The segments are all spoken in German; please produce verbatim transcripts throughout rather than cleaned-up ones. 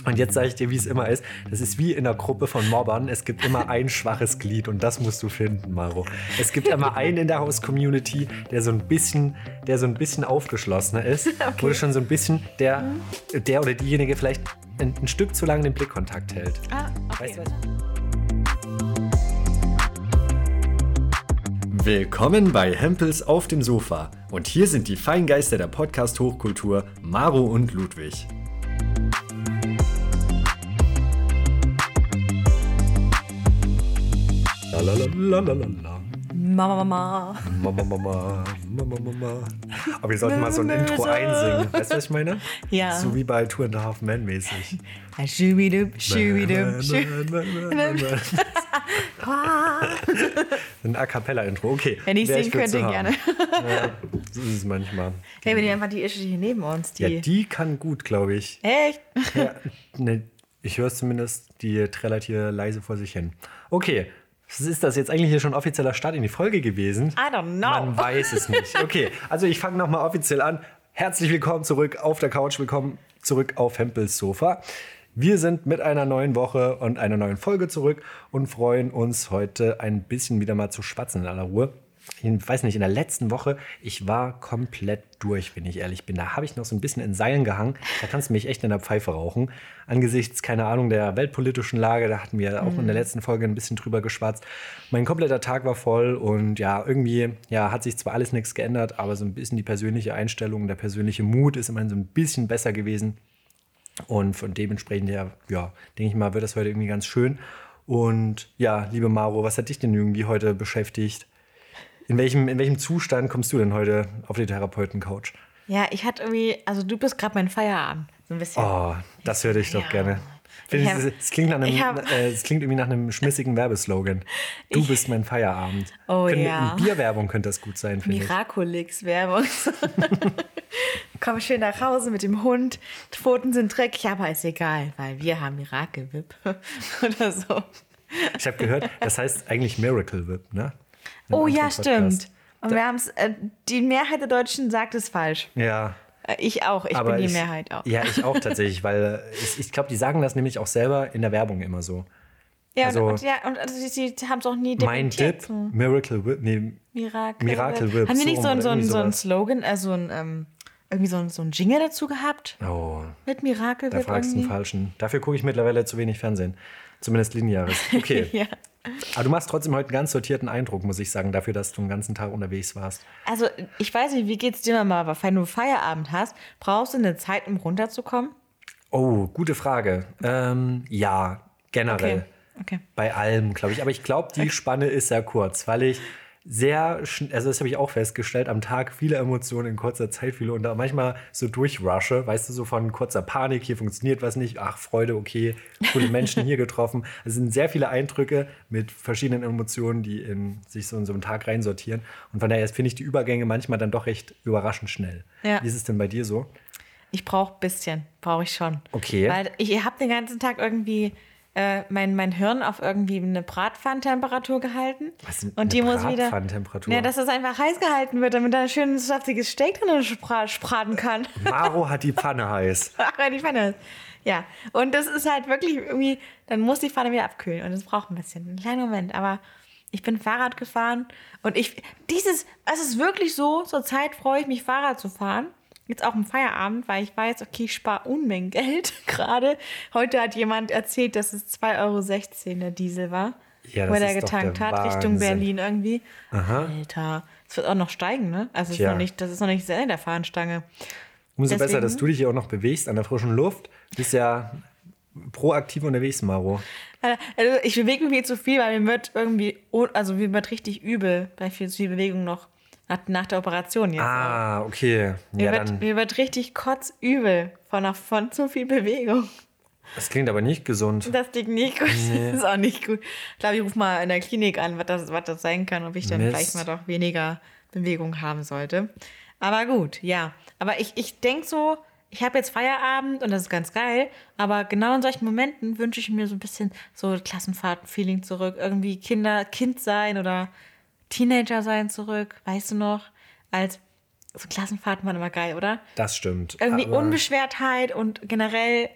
Und jetzt sage ich dir, wie es immer ist. Das ist wie in einer Gruppe von Mobbern. Es gibt immer ein schwaches Glied und das musst du finden, Maro. Es gibt immer einen in der Haus-Community, der so ein bisschen, der so ein bisschen aufgeschlossener ist. Okay. Oder schon so ein bisschen der, mhm. der oder diejenige vielleicht ein, ein Stück zu lange den Blickkontakt hält. Ah, okay. Weißt du was? Willkommen bei Hempels auf dem Sofa. Und hier sind die Feingeister der Podcast-Hochkultur, Maro und Ludwig. Lalalala. Mama, Mama. Mama, Mama, Mama, Mama. Aber wir sollten mal so ein Intro einsingen. Weißt du, was ich meine? Ja. So wie bei Two and a Half Men mäßig. Schubidup, schubidup, schubidup. Ein A-Cappella-Intro, okay. Wenn ich singen könnte, gerne. Ja, so ist es manchmal. Hey, wenn die einfach die ist hier neben uns. Die. Ja, die kann gut, glaube ich. Echt? Ja, ne, ich höre es zumindest, die trällert hier leise vor sich hin. Okay. Ist das jetzt eigentlich hier schon offizieller Start in die Folge gewesen? I don't know. Man weiß es nicht. Okay, also ich fange nochmal offiziell an. Herzlich willkommen zurück auf der Couch. Willkommen zurück auf Hempels Sofa. Wir sind mit einer neuen Woche und einer neuen Folge zurück und freuen uns heute ein bisschen wieder mal zu schwatzen in aller Ruhe. Ich weiß nicht, in der letzten Woche, ich war komplett durch, wenn ich ehrlich bin. Da habe ich noch so ein bisschen in Seilen gehangen. Da kannst du mich echt in der Pfeife rauchen. Angesichts, keine Ahnung, der weltpolitischen Lage, da hatten wir auch mhm. in der letzten Folge ein bisschen drüber geschwatzt. Mein kompletter Tag war voll und ja, irgendwie ja, hat sich zwar alles nichts geändert, aber so ein bisschen die persönliche Einstellung, der persönliche Mut ist immerhin so ein bisschen besser gewesen. Und von dementsprechend, ja, ja denke ich mal, wird das heute irgendwie ganz schön. Und ja, liebe Maro, was hat dich denn irgendwie heute beschäftigt? In welchem, in welchem Zustand kommst du denn heute auf die Therapeuten-Couch? Ja, ich hatte irgendwie, also du bist gerade mein Feierabend, so ein bisschen. Oh, das höre ich doch ja. gerne. Ich hab, es, klingt nach einem, hab, äh, es klingt irgendwie nach einem schmissigen Werbeslogan. Du ich, bist mein Feierabend. Oh Kön- ja. Bierwerbung könnte das gut sein, finde ich. Miraculix-Werbung. Komm schön nach Hause mit dem Hund, die Pfoten sind dreckig, aber ist egal, weil wir haben Miracle Whip oder so. Ich habe gehört, das heißt eigentlich Miracle Whip, ne? Oh ja, stimmt. Und wir haben es, äh, die Mehrheit der Deutschen sagt es falsch. Ja. Äh, ich auch, ich Aber bin die ich, Mehrheit auch. Ja, ich auch tatsächlich, weil ich, ich glaube, die sagen das nämlich auch selber in der Werbung immer so. Ja, also, und, ja, und also, sie, sie haben es auch nie Mein Dip, Miracle Whip, nee, Miracle, Miracle Whip. Haben die nicht so, so, so, so, so einen Slogan, also ein, ähm, irgendwie so ein, so ein Jingle dazu gehabt? Oh. Mit Miracle Da Whip fragst du den Falschen. Dafür gucke ich mittlerweile zu wenig Fernsehen. Zumindest lineares. Okay. Ja. Aber du machst trotzdem heute einen ganz sortierten Eindruck, muss ich sagen, dafür, dass du den ganzen Tag unterwegs warst. Also, ich weiß nicht, wie geht's dir mal, aber wenn du Feierabend hast, brauchst du eine Zeit, um runterzukommen? Oh, gute Frage. Ähm, ja, generell. Okay. Okay. Bei allem, glaube ich. Aber ich glaube, die Spanne ist sehr kurz, weil ich sehr, also das habe ich auch festgestellt, am Tag viele Emotionen in kurzer Zeit fühle und da manchmal so durchrushe, weißt du, so von kurzer Panik, hier funktioniert was nicht, ach, Freude, okay, coole Menschen hier getroffen. Es sind sehr viele Eindrücke mit verschiedenen Emotionen, die in sich so in so einen Tag reinsortieren. Und von daher finde ich die Übergänge manchmal dann doch recht überraschend schnell. Ja. Wie ist es denn bei dir so? Ich brauche ein bisschen, brauche ich schon. Okay. Weil ich habe den ganzen Tag irgendwie Äh, mein, mein Hirn auf irgendwie eine Bratpfannentemperatur gehalten. Was ist und die muss wieder. Bratpfannentemperatur? Ja, dass es einfach heiß gehalten wird, damit da ein schönes, saftiges Steak drin spra- spraten kann. Maro hat die Pfanne heiß. Ach, die Pfanne heiß. Ja, und das ist halt wirklich irgendwie, dann muss die Pfanne wieder abkühlen und das braucht ein bisschen, einen kleinen Moment. Aber ich bin Fahrrad gefahren und ich, dieses, es ist wirklich so, zur Zeit freue ich mich, Fahrrad zu fahren. Jetzt auch im Feierabend, weil ich weiß, okay, ich spare Unmengen Geld gerade. Heute hat jemand erzählt, dass es zwei Euro sechzehn der Diesel war, ja, wo er getankt hat, Wahnsinn. Richtung Berlin irgendwie. Aha. Alter, es wird auch noch steigen, ne? Also ist noch nicht, das ist noch nicht das Ende der Fahnenstange. Umso Deswegen, besser, dass du dich hier auch noch bewegst an der frischen Luft. Du bist ja proaktiv unterwegs, Maro. Also ich bewege mich viel zu viel, weil mir wird irgendwie, also mir wird richtig übel bei viel zu viel Bewegung noch. Nach, nach der Operation jetzt. Ah, auch. Okay. Mir, ja, wird, dann, mir wird richtig kotzübel von, von zu viel Bewegung. Das klingt aber nicht gesund. Das klingt nicht gut. Nee. Das ist auch nicht gut. Ich glaube, ich rufe mal in der Klinik an, was das, was das sein kann, ob ich dann Mist. vielleicht mal doch weniger Bewegung haben sollte. Aber gut, ja. Aber ich, ich denke so, ich habe jetzt Feierabend und das ist ganz geil, aber genau in solchen Momenten wünsche ich mir so ein bisschen so Klassenfahrt-Feeling zurück. Irgendwie Kinder, Kind sein oder Teenager sein zurück, weißt du noch? Als so Klassenfahrten waren immer geil, oder? Das stimmt. Irgendwie aber Unbeschwertheit und generell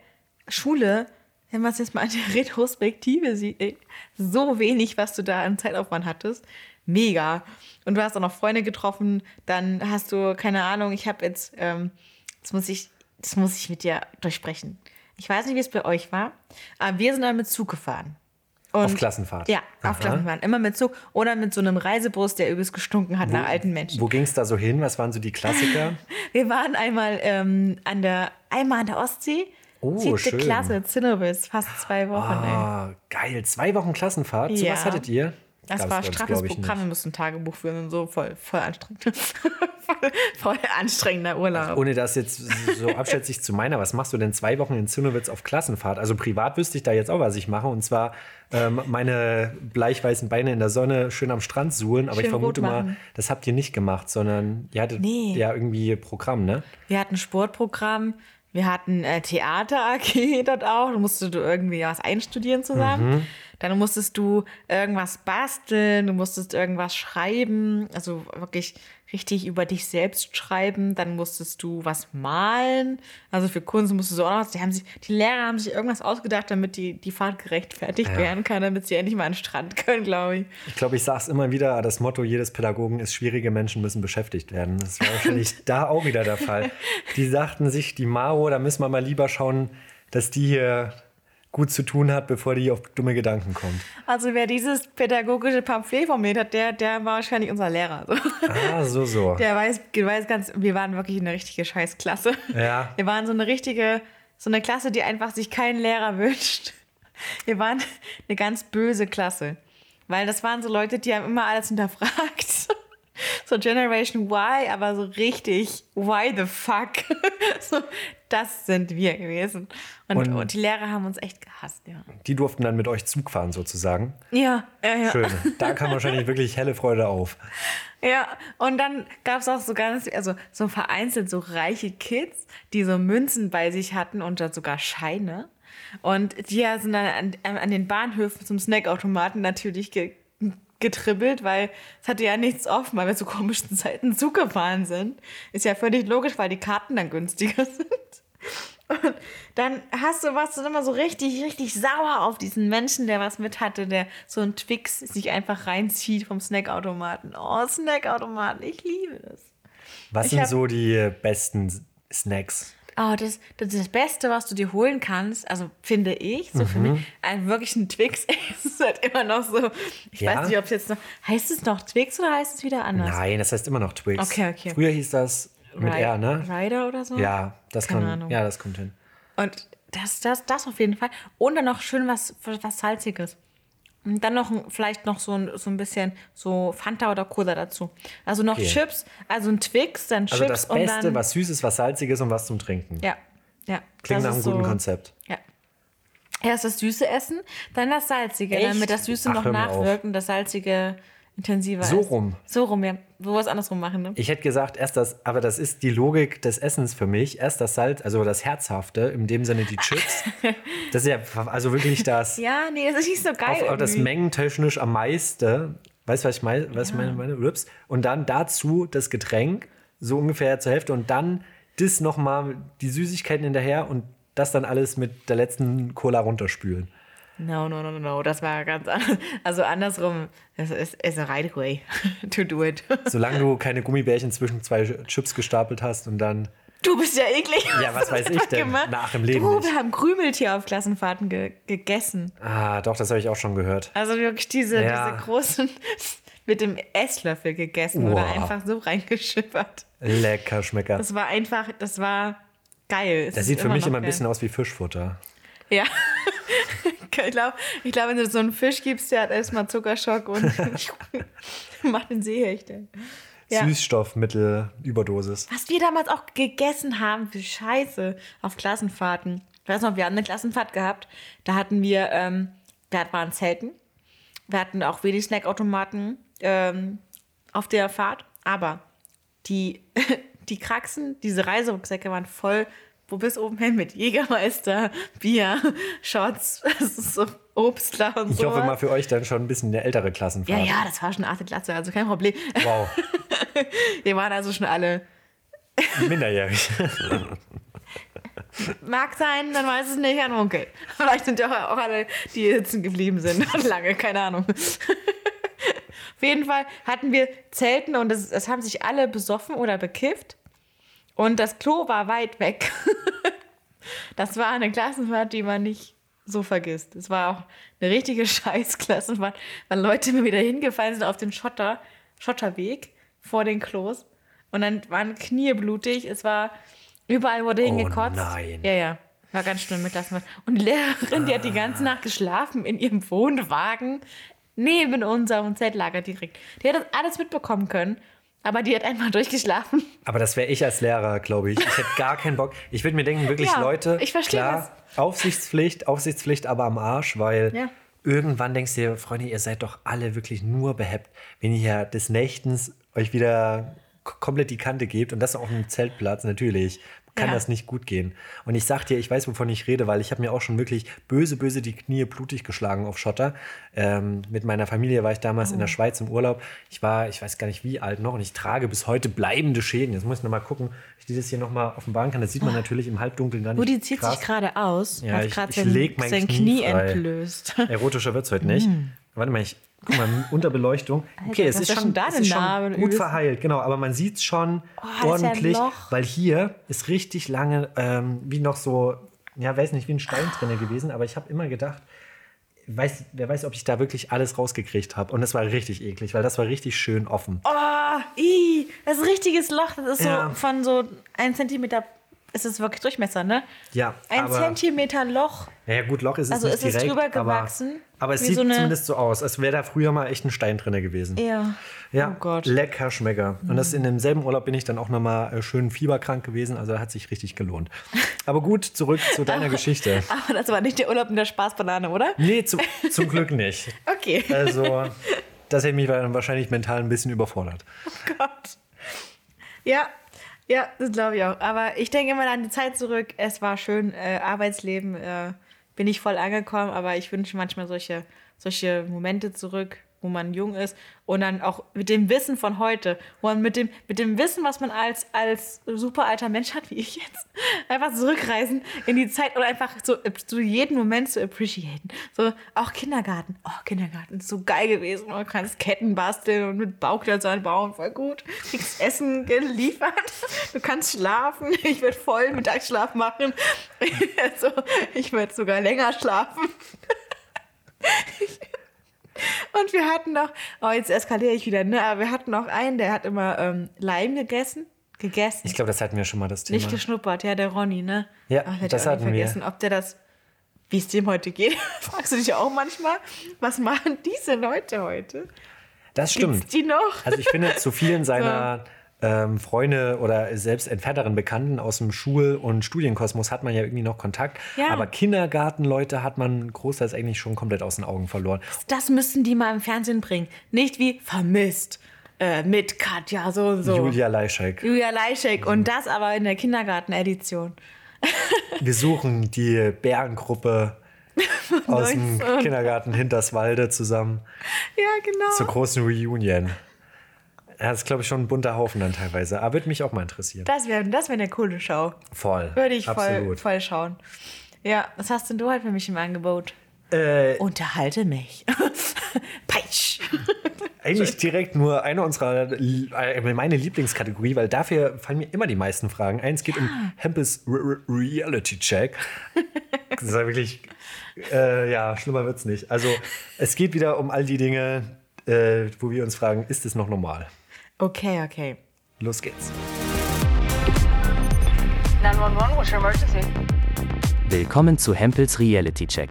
Schule, wenn man es jetzt mal in der Retrospektive sieht, ey, so wenig, was du da an Zeitaufwand hattest. Mega. Und du hast auch noch Freunde getroffen, dann hast du, keine Ahnung, ich habe jetzt, ähm, das muss ich, das muss ich mit dir durchsprechen. Ich weiß nicht, wie es bei euch war, aber wir sind dann mit Zug gefahren. Und auf Klassenfahrt? Ja, auf Aha. Klassenfahrt. Immer mit Zug oder mit so einem Reisebus, der übelst gestunken hat Wo, nach alten Menschen. Wo ging es da so hin? Was waren so die Klassiker? Wir waren einmal ähm, an der, einmal an der Ostsee. Oh, Siebte schön. Klasse, Zinnowitz, fast zwei Wochen. Ah, geil. Zwei Wochen Klassenfahrt. So Ja. was hattet ihr? Das Gab's war bei uns, straffes glaub ich, Programm, nicht. wir mussten ein Tagebuch führen und so, voll, voll anstrengend. voll, voll anstrengender Urlaub. Ohne das jetzt so abschätzig zu meiner, was machst du denn zwei Wochen in Zinnowitz auf Klassenfahrt? Also privat wüsste ich da jetzt auch, was ich mache. Und zwar ähm, meine bleichweißen Beine in der Sonne schön am Strand suhlen. Aber Schön ich vermute rot mal, machen. das habt ihr nicht gemacht, sondern ihr hattet Nee. ja irgendwie Programm, ne? Wir hatten Sportprogramm, wir hatten äh, Theater-A G dort auch. Da musstest du irgendwie was einstudieren zusammen. Mhm. Dann musstest du irgendwas basteln, du musstest irgendwas schreiben, also wirklich richtig über dich selbst schreiben. Dann musstest du was malen. Also für Kunst musstest du auch noch was. Die, haben sich, die Lehrer haben sich irgendwas ausgedacht, damit die, die Fahrt gerechtfertigt Ja. werden kann, damit sie endlich mal an den Strand können, glaube ich. Ich glaube, ich sage es immer wieder, das Motto jedes Pädagogen ist, schwierige Menschen müssen beschäftigt werden. Das war wahrscheinlich da auch wieder der Fall. Die sagten sich, die Mao, da müssen wir mal lieber schauen, dass die hier gut zu tun hat, bevor die auf dumme Gedanken kommt. Also wer dieses pädagogische Pamphlet formuliert hat, der, der war wahrscheinlich unser Lehrer. So. Ah, so, so. Der weiß, weiß ganz, wir waren wirklich eine richtige Scheißklasse. Ja. Wir waren so eine richtige, so eine Klasse, die einfach sich keinen Lehrer wünscht. Wir waren eine ganz böse Klasse. Weil das waren so Leute, die haben immer alles hinterfragt. So Generation Y, aber so richtig, why the fuck? So, das sind wir gewesen. Und, Und- und die Lehrer haben uns echt gehasst, ja. Die durften dann mit euch Zug fahren sozusagen. Ja, ja, ja. Schön. Da kam wahrscheinlich wirklich helle Freude auf. Ja, und dann gab es auch so ganz, also so vereinzelt so reiche Kids, die so Münzen bei sich hatten und dann sogar Scheine. Und die sind dann an, an den Bahnhöfen zum Snackautomaten natürlich ge, getribbelt, weil es hatte ja nichts offen, weil wir zu komischen Zeiten Zug gefahren sind. Ist ja völlig logisch, weil die Karten dann günstiger sind. Und dann hast du was immer so richtig, richtig sauer auf diesen Menschen, der was mit hatte, der so ein Twix sich einfach reinzieht vom Snackautomaten. Oh, Snackautomaten, ich liebe das. Was Ich sind hab- so die besten Snacks? Oh, das, das ist das Beste, was du dir holen kannst, also finde ich, so für mich, ein wirklich ein Twix ist halt immer noch so, ich Ja? weiß nicht, ob es jetzt noch, heißt es noch Twix oder heißt es wieder anders? Nein, das heißt immer noch Twix. Okay, okay. Früher hieß das mit Ri- R, ne? Rider oder so? Ja, das Keine kann, Ahnung. ja, das kommt hin. Und das, das, das auf jeden Fall. Und dann noch schön was, was Salziges. Und dann noch ein- vielleicht noch so ein, so ein bisschen so Fanta oder Cola dazu. Also noch Okay. Chips, also ein Twix, dann Chips Also das und Beste, dann... was Süßes, was Salziges und was zum Trinken. Ja, ja. Klingt das nach einem ist guten so, Konzept. Ja. Erst das Süße essen, dann das Salzige. Echt? Damit das Süße Ach, noch hör mir auf. nachwirkt und das Salzige intensiver So ist. rum. So rum, ja. Wo wir es andersrum machen, ne? Ich hätte gesagt, erst das, aber das ist die Logik des Essens für mich. Erst das Salz, also das Herzhafte, in dem Sinne die Chips. Das ist ja also wirklich das, Ja, nee, das ist nicht so geil. auf, auf das irgendwie. mengentechnisch am meisten. Weißt du, was ich meine? Was ich meine, meine? Ups. Und dann dazu das Getränk, so ungefähr zur Hälfte. Und dann das nochmal, die Süßigkeiten hinterher und das dann alles mit der letzten Cola runterspülen. No, no, no, no, no. Das war ganz anders. Also andersrum, es ist is a right way to do it. Solange du keine Gummibärchen zwischen zwei Chips gestapelt hast und dann. Du bist ja eklig. Ja, was weiß ich denn? Gemacht? Nach im Leben Du, nicht. wir haben Krümeltier auf Klassenfahrten ge gegessen. Ah, doch, das habe ich auch schon gehört. Also wirklich diese, Ja. diese großen mit dem Esslöffel gegessen Wow. oder einfach so reingeschippert. Lecker Schmecker. Das war einfach, das war geil. Es Das ist sieht für mich noch immer ein geil. bisschen aus wie Fischfutter. Ja. Ich glaube, ich glaub, wenn du so einen Fisch gibst, der hat erstmal Zuckerschock und macht den Seehechte. Ja. Süßstoffmittel-Überdosis. Was wir damals auch gegessen haben für Scheiße auf Klassenfahrten. Ich weiß noch, wir haben eine Klassenfahrt gehabt. Da hatten wir, ähm, wir waren Zelten. Wir hatten auch wenig Snackautomaten ähm, auf der Fahrt. Aber die, die Kraxen, diese Reiserucksäcke waren voll, wo bis oben hin mit Jägermeister, Bier, Shots, so Obstler und Ich so. hoffe mal für euch dann schon ein bisschen eine ältere Klassenfahrt. Ja, ja, das war schon achte Klasse, also kein Problem. Wow, Wir waren also schon alle minderjährig. Mag sein, dann weiß es nicht, ein Onkel. Vielleicht sind ja auch alle, die sitzen geblieben sind. Lange, keine Ahnung. Auf jeden Fall hatten wir Zelten und es, es haben sich alle besoffen oder bekifft. Und das Klo war weit weg. Das war eine Klassenfahrt, die man nicht so vergisst. Es war auch eine richtige Scheißklassenfahrt, weil Leute immer wieder hingefallen sind auf den Schotter, Schotterweg vor den Klos. Und dann waren Knie blutig. Es war, überall wurde hingekotzt. Oh nein. Ja, ja. War ganz schlimm mit Klassenfahrt. Und die Lehrerin, die hat die ganze Nacht geschlafen in ihrem Wohnwagen neben unserem Zeltlager direkt. Die hat das alles mitbekommen können. Aber die hat einfach durchgeschlafen. Aber das wäre ich als Lehrer, glaube ich. Ich hätte gar keinen Bock. Ich würde mir denken, wirklich, ja, Leute, ich verstehe klar, das. Aufsichtspflicht, Aufsichtspflicht, aber am Arsch, weil ja. irgendwann denkst du dir, Freunde, ihr seid doch alle wirklich nur behebt, wenn ihr ja des Nächtens euch wieder k- komplett die Kante gebt und das auf dem Zeltplatz, natürlich. Kann Ja. das nicht gut gehen. Und ich sag dir, ich weiß, wovon ich rede, weil ich habe mir auch schon wirklich böse, böse die Knie blutig geschlagen auf Schotter. Ähm, mit meiner Familie war ich damals Oh. in der Schweiz im Urlaub. Ich war, ich weiß gar nicht wie alt noch und ich trage bis heute bleibende Schäden. Jetzt muss ich noch mal gucken, ob ich das hier noch mal offenbaren kann. Das sieht man natürlich im Halbdunkeln gar nicht. Rudi zieht krass. sich gerade aus. Ja, hat ich- gerade ich sein, leg mein sein Knie Knie frei. entblößt. Erotischer wird's heute nicht. Warte mal, ich guck mal, unter Beleuchtung. Okay, es was ist ist schon, denn da es denn ist schon Narben gut übelst? verheilt, genau. Aber man sieht es schon das ist ja ein ordentlich, Loch. weil hier ist richtig lange, ähm, wie noch so, ja, weiß nicht, wie ein Stein drin gewesen. Aber ich habe immer gedacht, weiß, wer weiß, ob ich da wirklich alles rausgekriegt habe. Und das war richtig eklig, weil das war richtig schön offen. Oh, ii, das ist ein richtiges Loch. Das ist so Ja. von so ein Zentimeter, ist es wirklich Durchmesser, ne? Ja, Ein aber, Zentimeter Loch. ja gut, Loch ist es Also nicht ist es direkt, drüber aber, gewachsen, aber es wie sieht so eine- zumindest so aus, als wäre da früher mal echt ein Stein drin gewesen. Ja. Ja, Oh Gott. lecker Schmecker. Und das in demselben Urlaub bin ich dann auch nochmal äh, schön fieberkrank gewesen, also hat sich richtig gelohnt. Aber gut, zurück zu deiner Geschichte. Aber das war nicht der Urlaub in der Spaßbanane, oder? Nee, zu, zum Glück nicht. Okay. Also, das hätte mich dann wahrscheinlich mental ein bisschen überfordert. Gott. Ja, ja, das glaube ich auch. Aber ich denke immer an die Zeit zurück. Es war schön, äh, Arbeitsleben, äh, bin ich voll angekommen, aber ich wünsche manchmal solche, solche Momente zurück, wo man jung ist und dann auch mit dem Wissen von heute, wo man mit dem, mit dem Wissen, was man als, als super alter Mensch hat, wie ich jetzt, einfach zurückreisen in die Zeit und einfach so, so jeden Moment zu appreciaten. So, auch Kindergarten. Oh, Kindergarten ist so geil gewesen. Du kannst Ketten basteln und mit Bauklötzern bauen, voll gut. Du kriegst Essen geliefert. Du kannst schlafen. Ich werde voll Mittagsschlaf machen. Also, ich werde sogar länger schlafen. Und wir hatten noch, oh, jetzt eskaliere ich wieder, ne? Aber wir hatten noch einen, der hat immer ähm, Leim gegessen. Gegessen. Ich glaube, das hatten wir schon mal, das Thema. Nicht geschnuppert, ja, der Ronny, ne? Ja, Ach, hätte das ich auch nie hatten wir. vergessen, ob der das, wie es dem heute geht. Fragst du dich auch manchmal, was machen diese Leute heute? Das stimmt. Gibt's die noch? Also ich finde, zu vielen seiner ähm, Freunde oder selbst entfernteren Bekannten aus dem Schul- und Studienkosmos hat man ja irgendwie noch Kontakt. Ja. Aber Kindergartenleute hat man großteils eigentlich schon komplett aus den Augen verloren. Das müssten die mal im Fernsehen bringen. Nicht wie vermisst äh, mit Katja, so und so. Julia Leischek. Julia Leischek. Und das aber in der Kindergarten-Edition. Wir suchen die Bärengruppe aus dem neunzehn. Kindergarten Hinterswalde zusammen Ja, genau. zur großen Reunion. Ja, das ist, glaube ich, schon ein bunter Haufen dann teilweise. Aber würde mich auch mal interessieren. Das wäre das wär eine coole Show. Voll. Würde ich voll, Absolut. voll schauen. Ja, was hast denn du halt für mich im Angebot? Äh, Unterhalte mich. Peitsch. eigentlich direkt nur eine unserer, äh, meine Lieblingskategorie, weil dafür fallen mir immer die meisten Fragen. Eins geht um Hempels Re Re Reality Check. Das ist ja wirklich, äh, ja, schlimmer wird's nicht. Also es geht wieder um all die Dinge, äh, wo wir uns fragen, ist es noch normal? Okay, okay. Los geht's. nine one one, what's your emergency? Willkommen zu Hempels Reality Check.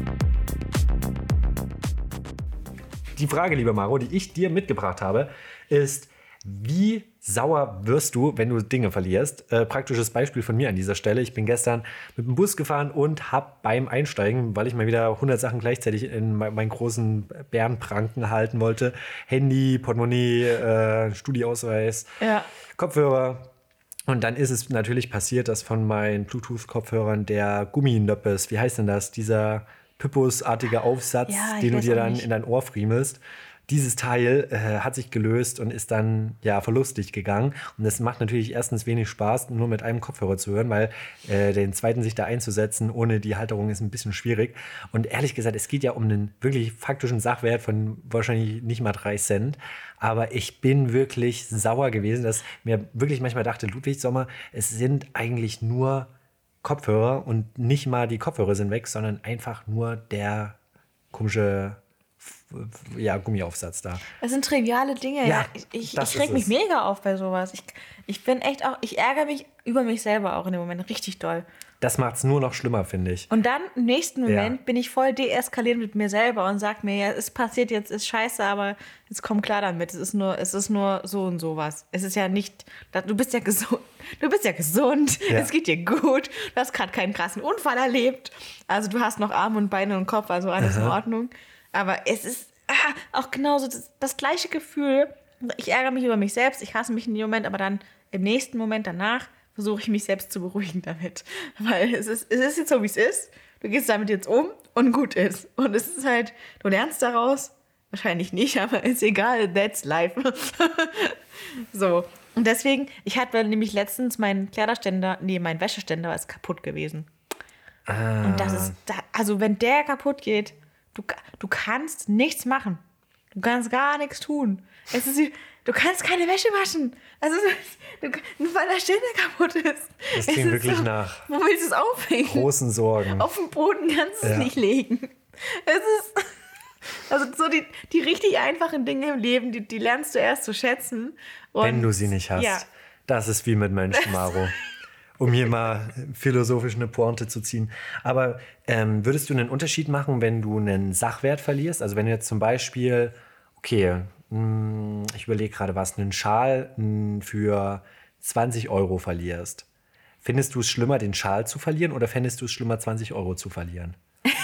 Die Frage, liebe Maro, die ich dir mitgebracht habe, ist, wie sauer wirst du, wenn du Dinge verlierst? Äh, praktisches Beispiel von mir an dieser Stelle. Ich bin gestern mit dem Bus gefahren und habe beim Einsteigen, weil ich mal wieder hundert Sachen gleichzeitig in me- meinen großen Bärenpranken halten wollte, Handy, Portemonnaie, äh, Studieausweis, Ja. Kopfhörer. Und dann ist es natürlich passiert, dass von meinen Bluetooth-Kopfhörern der Gumminöppes, wie heißt denn das, dieser Pippus-artige Aufsatz, Ja, ich den du weiß dir auch dann nicht. in dein Ohr friemelst, dieses Teil äh, hat sich gelöst und ist dann ja verlustig gegangen. Und es macht natürlich erstens wenig Spaß, nur mit einem Kopfhörer zu hören, weil äh, den zweiten sich da einzusetzen ohne die Halterung ist ein bisschen schwierig. Und ehrlich gesagt, es geht ja um einen wirklich faktischen Sachwert von wahrscheinlich nicht mal drei Cent. Aber ich bin wirklich sauer gewesen, dass mir wirklich manchmal dachte, Ludwig Sommer, es sind eigentlich nur Kopfhörer und nicht mal die Kopfhörer sind weg, sondern einfach nur der komische ja, Gummiaufsatz da. Das sind triviale Dinge. Ja, Ja, ich ich, das ich reg ist mich es. mega auf bei sowas. Ich, ich bin echt auch, ich ärgere mich über mich selber auch in dem Moment richtig doll. Das macht es nur noch schlimmer, finde ich. Und dann im nächsten Moment Ja. bin ich voll deeskalierend mit mir selber und sag mir, ja, es passiert jetzt, ist scheiße, aber jetzt komm klar damit. Es ist nur, es ist nur so und sowas. Es ist ja nicht, du bist ja gesund, du bist ja gesund, Ja. es geht dir gut, du hast gerade keinen krassen Unfall erlebt. Also du hast noch Arme und Beine und Kopf, also alles in Ordnung. Aber es ist ah, auch genauso das, das gleiche Gefühl. Ich ärgere mich über mich selbst, ich hasse mich in dem Moment, aber dann im nächsten Moment danach versuche ich mich selbst zu beruhigen damit. Weil es ist, es ist jetzt so, wie es ist. Du gehst damit jetzt um und gut ist. Und es ist halt, du lernst daraus. Wahrscheinlich nicht, aber ist egal. That's life. So. Und deswegen, ich hatte nämlich letztens meinen Kleiderständer, nee, mein Wäscheständer ist kaputt gewesen. Ah. Und das ist, da, also wenn der kaputt geht, du, du kannst nichts machen. Du kannst gar nichts tun. Es ist, wie- du kannst keine Wäsche waschen. Also, du, nur weil der Ständer kaputt ist. Das Es klingt ist wirklich so, nach Wo willst du es aufhängen? großen Sorgen. Auf dem Boden kannst du es Ja. nicht legen. Es ist, also so die, die richtig einfachen Dinge im Leben, die, die lernst du erst zu schätzen. Und Wenn du sie nicht hast. Ja. Das ist wie mit Menschen, Maro. Um hier mal philosophisch eine Pointe zu ziehen. Aber ähm, würdest du einen Unterschied machen, wenn du einen Sachwert verlierst? Also wenn du jetzt zum Beispiel, okay, mh, ich überlege gerade was, einen Schal mh, für zwanzig Euro verlierst. Findest du es schlimmer, den Schal zu verlieren oder fändest du es schlimmer, zwanzig Euro zu verlieren?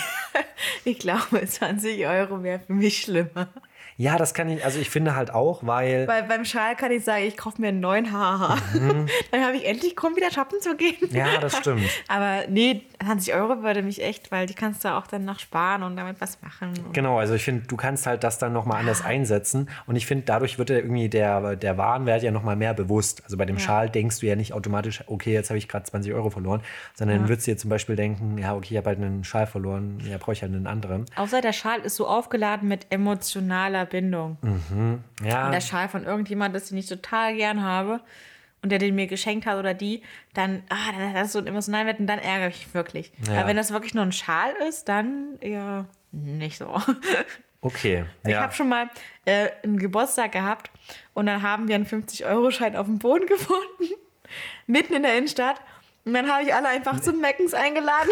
Ich glaube, zwanzig Euro wäre für mich schlimmer. Ja, das kann ich, also ich finde halt auch, weil, Weil beim Schal kann ich sagen, ich kaufe mir einen neuen Haha. Dann habe ich endlich Grund, wieder shoppen zu gehen. Mhm. ja, das stimmt. Aber nee, zwanzig Euro würde mich echt, weil die kannst du auch dann noch sparen und damit was machen. Und Genau, also ich finde, du kannst halt das dann nochmal anders einsetzen und ich finde, dadurch wird ja irgendwie der, der Warenwert ja nochmal mehr bewusst. Also bei dem Ja. Schal denkst du ja nicht automatisch, okay, jetzt habe ich gerade zwanzig Euro verloren, sondern Ja. würdest du dir zum Beispiel denken, ja, okay, ich habe halt einen Schal verloren, ja, brauche ich halt einen anderen. Außer der Schal ist so aufgeladen mit emotionaler Bindung. Ja, Und der Schal von irgendjemandem, das den ich total gern habe und der den mir geschenkt hat oder die, dann, ah, dann hat das so einen emotionalen Wert und dann ärgere ich mich wirklich. Ja. Aber wenn das wirklich nur ein Schal ist, dann eher nicht so. okay. Ich Ja. habe schon mal äh, einen Geburtstag gehabt und dann haben wir einen fünfzig-Euro-Schein auf dem Boden gefunden, mitten in der Innenstadt. Und dann habe ich alle einfach zum Meckens eingeladen.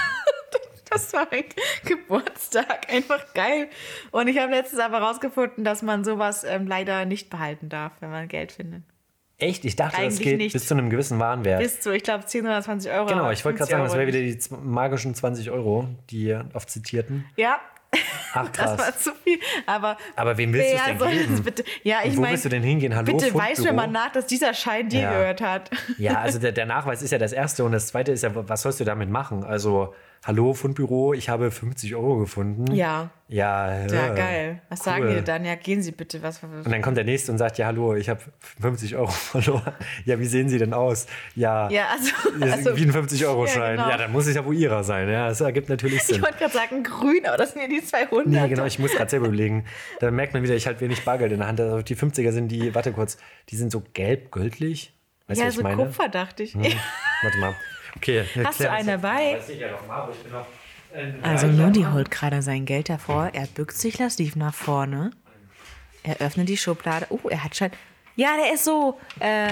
Das war mein Geburtstag. Einfach geil. Und ich habe letztens aber rausgefunden, dass man sowas ähm, leider nicht behalten darf, wenn man Geld findet. Echt? Ich dachte, das Eigentlich geht nicht. bis zu einem gewissen Warenwert. Bis zu, ich glaube, zehn oder zwanzig Euro. Genau, ich wollte gerade sagen, das wäre wieder die. die z- magischen zwanzig Euro, die oft zitierten. Ja, Ach das war krass. zu viel. Aber, Aber wem willst du es wer denn soll geben? das bitte? Ja, ich Und wo meine, willst du denn hingehen? Hallo, bitte Fundbüro? weis mir mal nach, dass dieser Schein dir Ja. gehört hat. Ja, also der, der Nachweis ist ja das Erste und das Zweite ist ja, was sollst du damit machen? Also, hallo Fundbüro, ich habe fünfzig Euro gefunden. Ja. Ja, Ja, ja geil. Was cool. sagen die dann? Ja, gehen Sie bitte. Was, Und dann kommt der Nächste und sagt, ja, hallo, ich habe fünfzig Euro verloren. Ja, wie sehen Sie denn aus? Ja, ja, also, das ist also wie ein fünfzig-Euro-Schein. ja, Ja, genau. dann muss es ja wohl Ihrer sein. Ja, das ergibt natürlich ich Sinn. wollte gerade sagen grün, aber das sind ja die zweihundert. Nee, genau, ich muss gerade selber überlegen. Da merkt man wieder, ich halte wenig Bargeld in der Hand. Also die fünfziger sind die, warte kurz, die sind so gelb-göldlich. Weißt du, Ja, was ich so meine? Hm. Kupfer, dachte ich. Warte mal. Okay, Hast du einen dabei? Weiß ich ja noch mal, aber ich bin noch. Also Ludi holt gerade sein Geld hervor. Er bückt sich lassiv nach vorne. Er öffnet die Schublade. Oh, er hat schon... Ja, der ist so... Äh,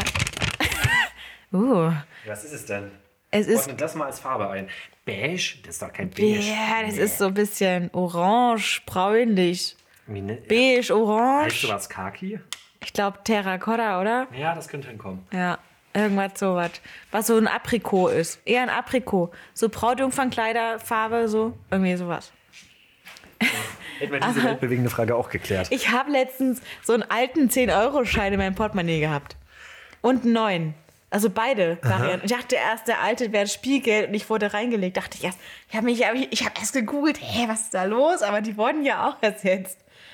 uh, Was ist es denn? es ist... Ordne das mal als Farbe ein. Beige? Das ist doch kein Beige. Ja, das ist so ein bisschen orange, bräunlich. Mine- Beige, Heißt orange. sowas Kaki? Ich glaube Terracotta, oder? Ja, das könnte hinkommen. Ja, irgendwas sowas. Was so ein Aprikot ist. Eher ein Aprikot. So Brautjungfernkleiderfarbe, so. Irgendwie sowas. Hätten wir diese weltbewegende Frage auch geklärt. Ich habe letztens so einen alten zehn-Euro-Schein in meinem Portemonnaie gehabt. Und einen neuen. Also beide Varianten. Ich dachte erst, der alte wäre Spielgeld und ich wurde reingelegt. Dachte ich erst, ich habe mich, ich habe erst gegoogelt, hä, was ist da los? Aber die wurden ja auch ersetzt.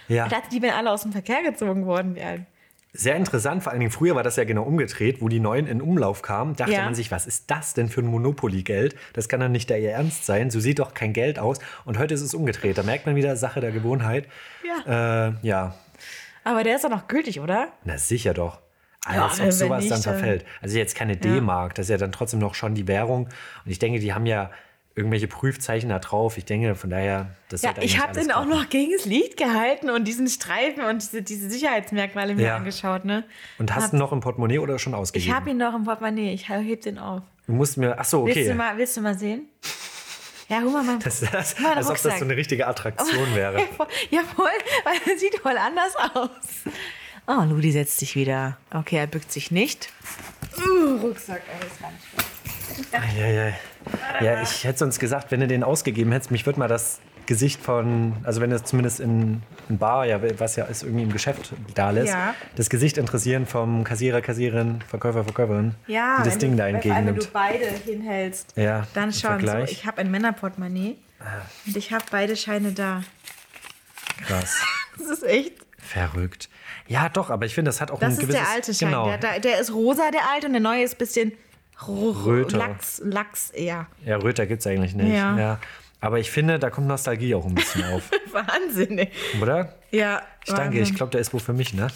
Ja. Ich dachte, die wären alle aus dem Verkehr gezogen worden. Ja. Sehr interessant, vor allen Dingen früher war das ja genau umgedreht, wo die Neuen in Umlauf kamen, dachte Ja. man sich, was ist das denn für ein Monopoly-Geld? Das kann doch nicht der ihr Ernst sein, so sieht doch kein Geld aus. Und heute ist es umgedreht, da merkt man wieder, Sache der Gewohnheit. Ja. Äh, ja, Aber der ist doch noch gültig, oder? na sicher doch. Ja, Als ob wenn sowas nicht, dann dann- verfällt. Also jetzt keine D-Mark, das ist ja dann trotzdem noch schon die Währung. Und ich denke, die haben ja irgendwelche Prüfzeichen da drauf. Ich denke, von daher, das Ja, sollte ich eigentlich habe alles den auch klappen. noch gegen das Licht gehalten und diesen Streifen und diese, diese Sicherheitsmerkmale mir Ja. angeschaut. Ne? Und hast Hab- du noch im Portemonnaie oder schon ausgegeben? Ich habe ihn noch im Portemonnaie, ich heb den auf. Du musst mir, ach so, Willst, du okay. mal, willst du mal sehen? Ja, hol mal meinen Das, das, Mein als ob das Rucksack. so eine richtige Attraktion wäre. Ja, voll, weil er sieht voll anders aus. Oh, Ludi setzt sich wieder. Okay, er bückt sich nicht. Uh, Rucksack, ey, ist gar nicht schwer. Eieiei. Ja, ich hätte sonst gesagt, wenn du den ausgegeben hättest, mich würde mal das Gesicht von, also wenn du es zumindest in, in Bar, ja, was ja ist irgendwie im Geschäft da lässt, Ja. das Gesicht interessieren vom Kassierer, Kassiererin, Verkäufer, Verkäuferin, Ja, die das wenn Ding du, da vor allem, wenn du entgegennimmt. beide hinhältst, Ja, dann im schon so. Vergleich. Ich habe ein Männerportemonnaie und ich habe beide Scheine da. Krass. Das ist echt. Verrückt. Ja, doch, aber ich finde, das hat auch Das ein ist gewisses... der alte Schein. Genau. Der, der, der ist rosa, der alte, und der neue ist ein bisschen ro- Röter. Lachs, Lachs eher. Ja, Röter gibt es eigentlich nicht. Ja. Ja. Aber ich finde, da kommt Nostalgie auch ein bisschen auf. Wahnsinnig. Oder? Ja. Ich danke, ich Wahnsinn. glaube, der ist wohl für mich, ne?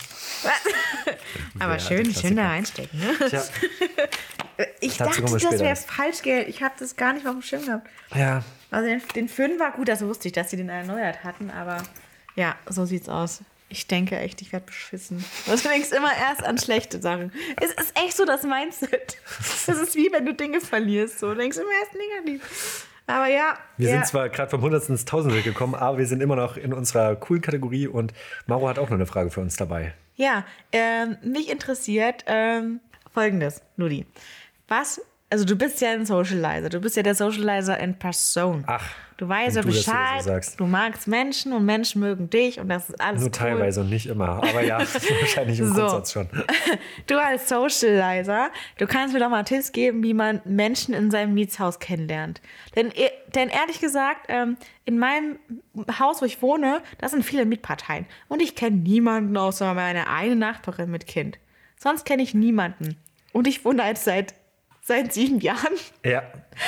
Aber Ja, schön, der schön da Klassiker. reinstecken. Ne? Tja, Ich Dazu dachte, kommen wir das später. wäre Falschgeld. Ich habe das gar nicht auf dem Schirm gehabt. ja. Also den, den Fünf war gut, das wusste ich, dass sie den erneuert hatten, aber ja, so sieht's aus. Ich denke echt, ich werde beschissen. Du denkst immer erst an schlechte Sachen. Es ist echt so das Mindset. Das ist wie wenn du Dinge verlierst. So. Du denkst immer erst negativ. Aber ja. Wir ja. sind zwar gerade vom Hundertsten ins Tausendste gekommen, aber wir sind immer noch in unserer coolen Kategorie und Maro hat auch noch eine Frage für uns dabei. Ja, ähm, mich interessiert ähm, Folgendes, Ludi. Was, also du bist ja ein Socializer, du bist ja der Socializer in Person. Ach, Du weißt und ja du, dass du das so Bescheid, sagst. du magst Menschen und Menschen mögen dich und das ist alles Nur cool. teilweise und nicht immer. Aber ja, wahrscheinlich im So. Grundsatz schon. Du als Socializer, du kannst mir doch mal Tipps geben, wie man Menschen in seinem Mietshaus kennenlernt. Denn, e- denn ehrlich gesagt, ähm, in meinem Haus, wo ich wohne, da sind viele Mietparteien. Und ich kenne niemanden außer meine eine Nachbarin mit Kind. Sonst kenne ich niemanden. Und ich wohne jetzt seit, seit sieben Jahren. Ja,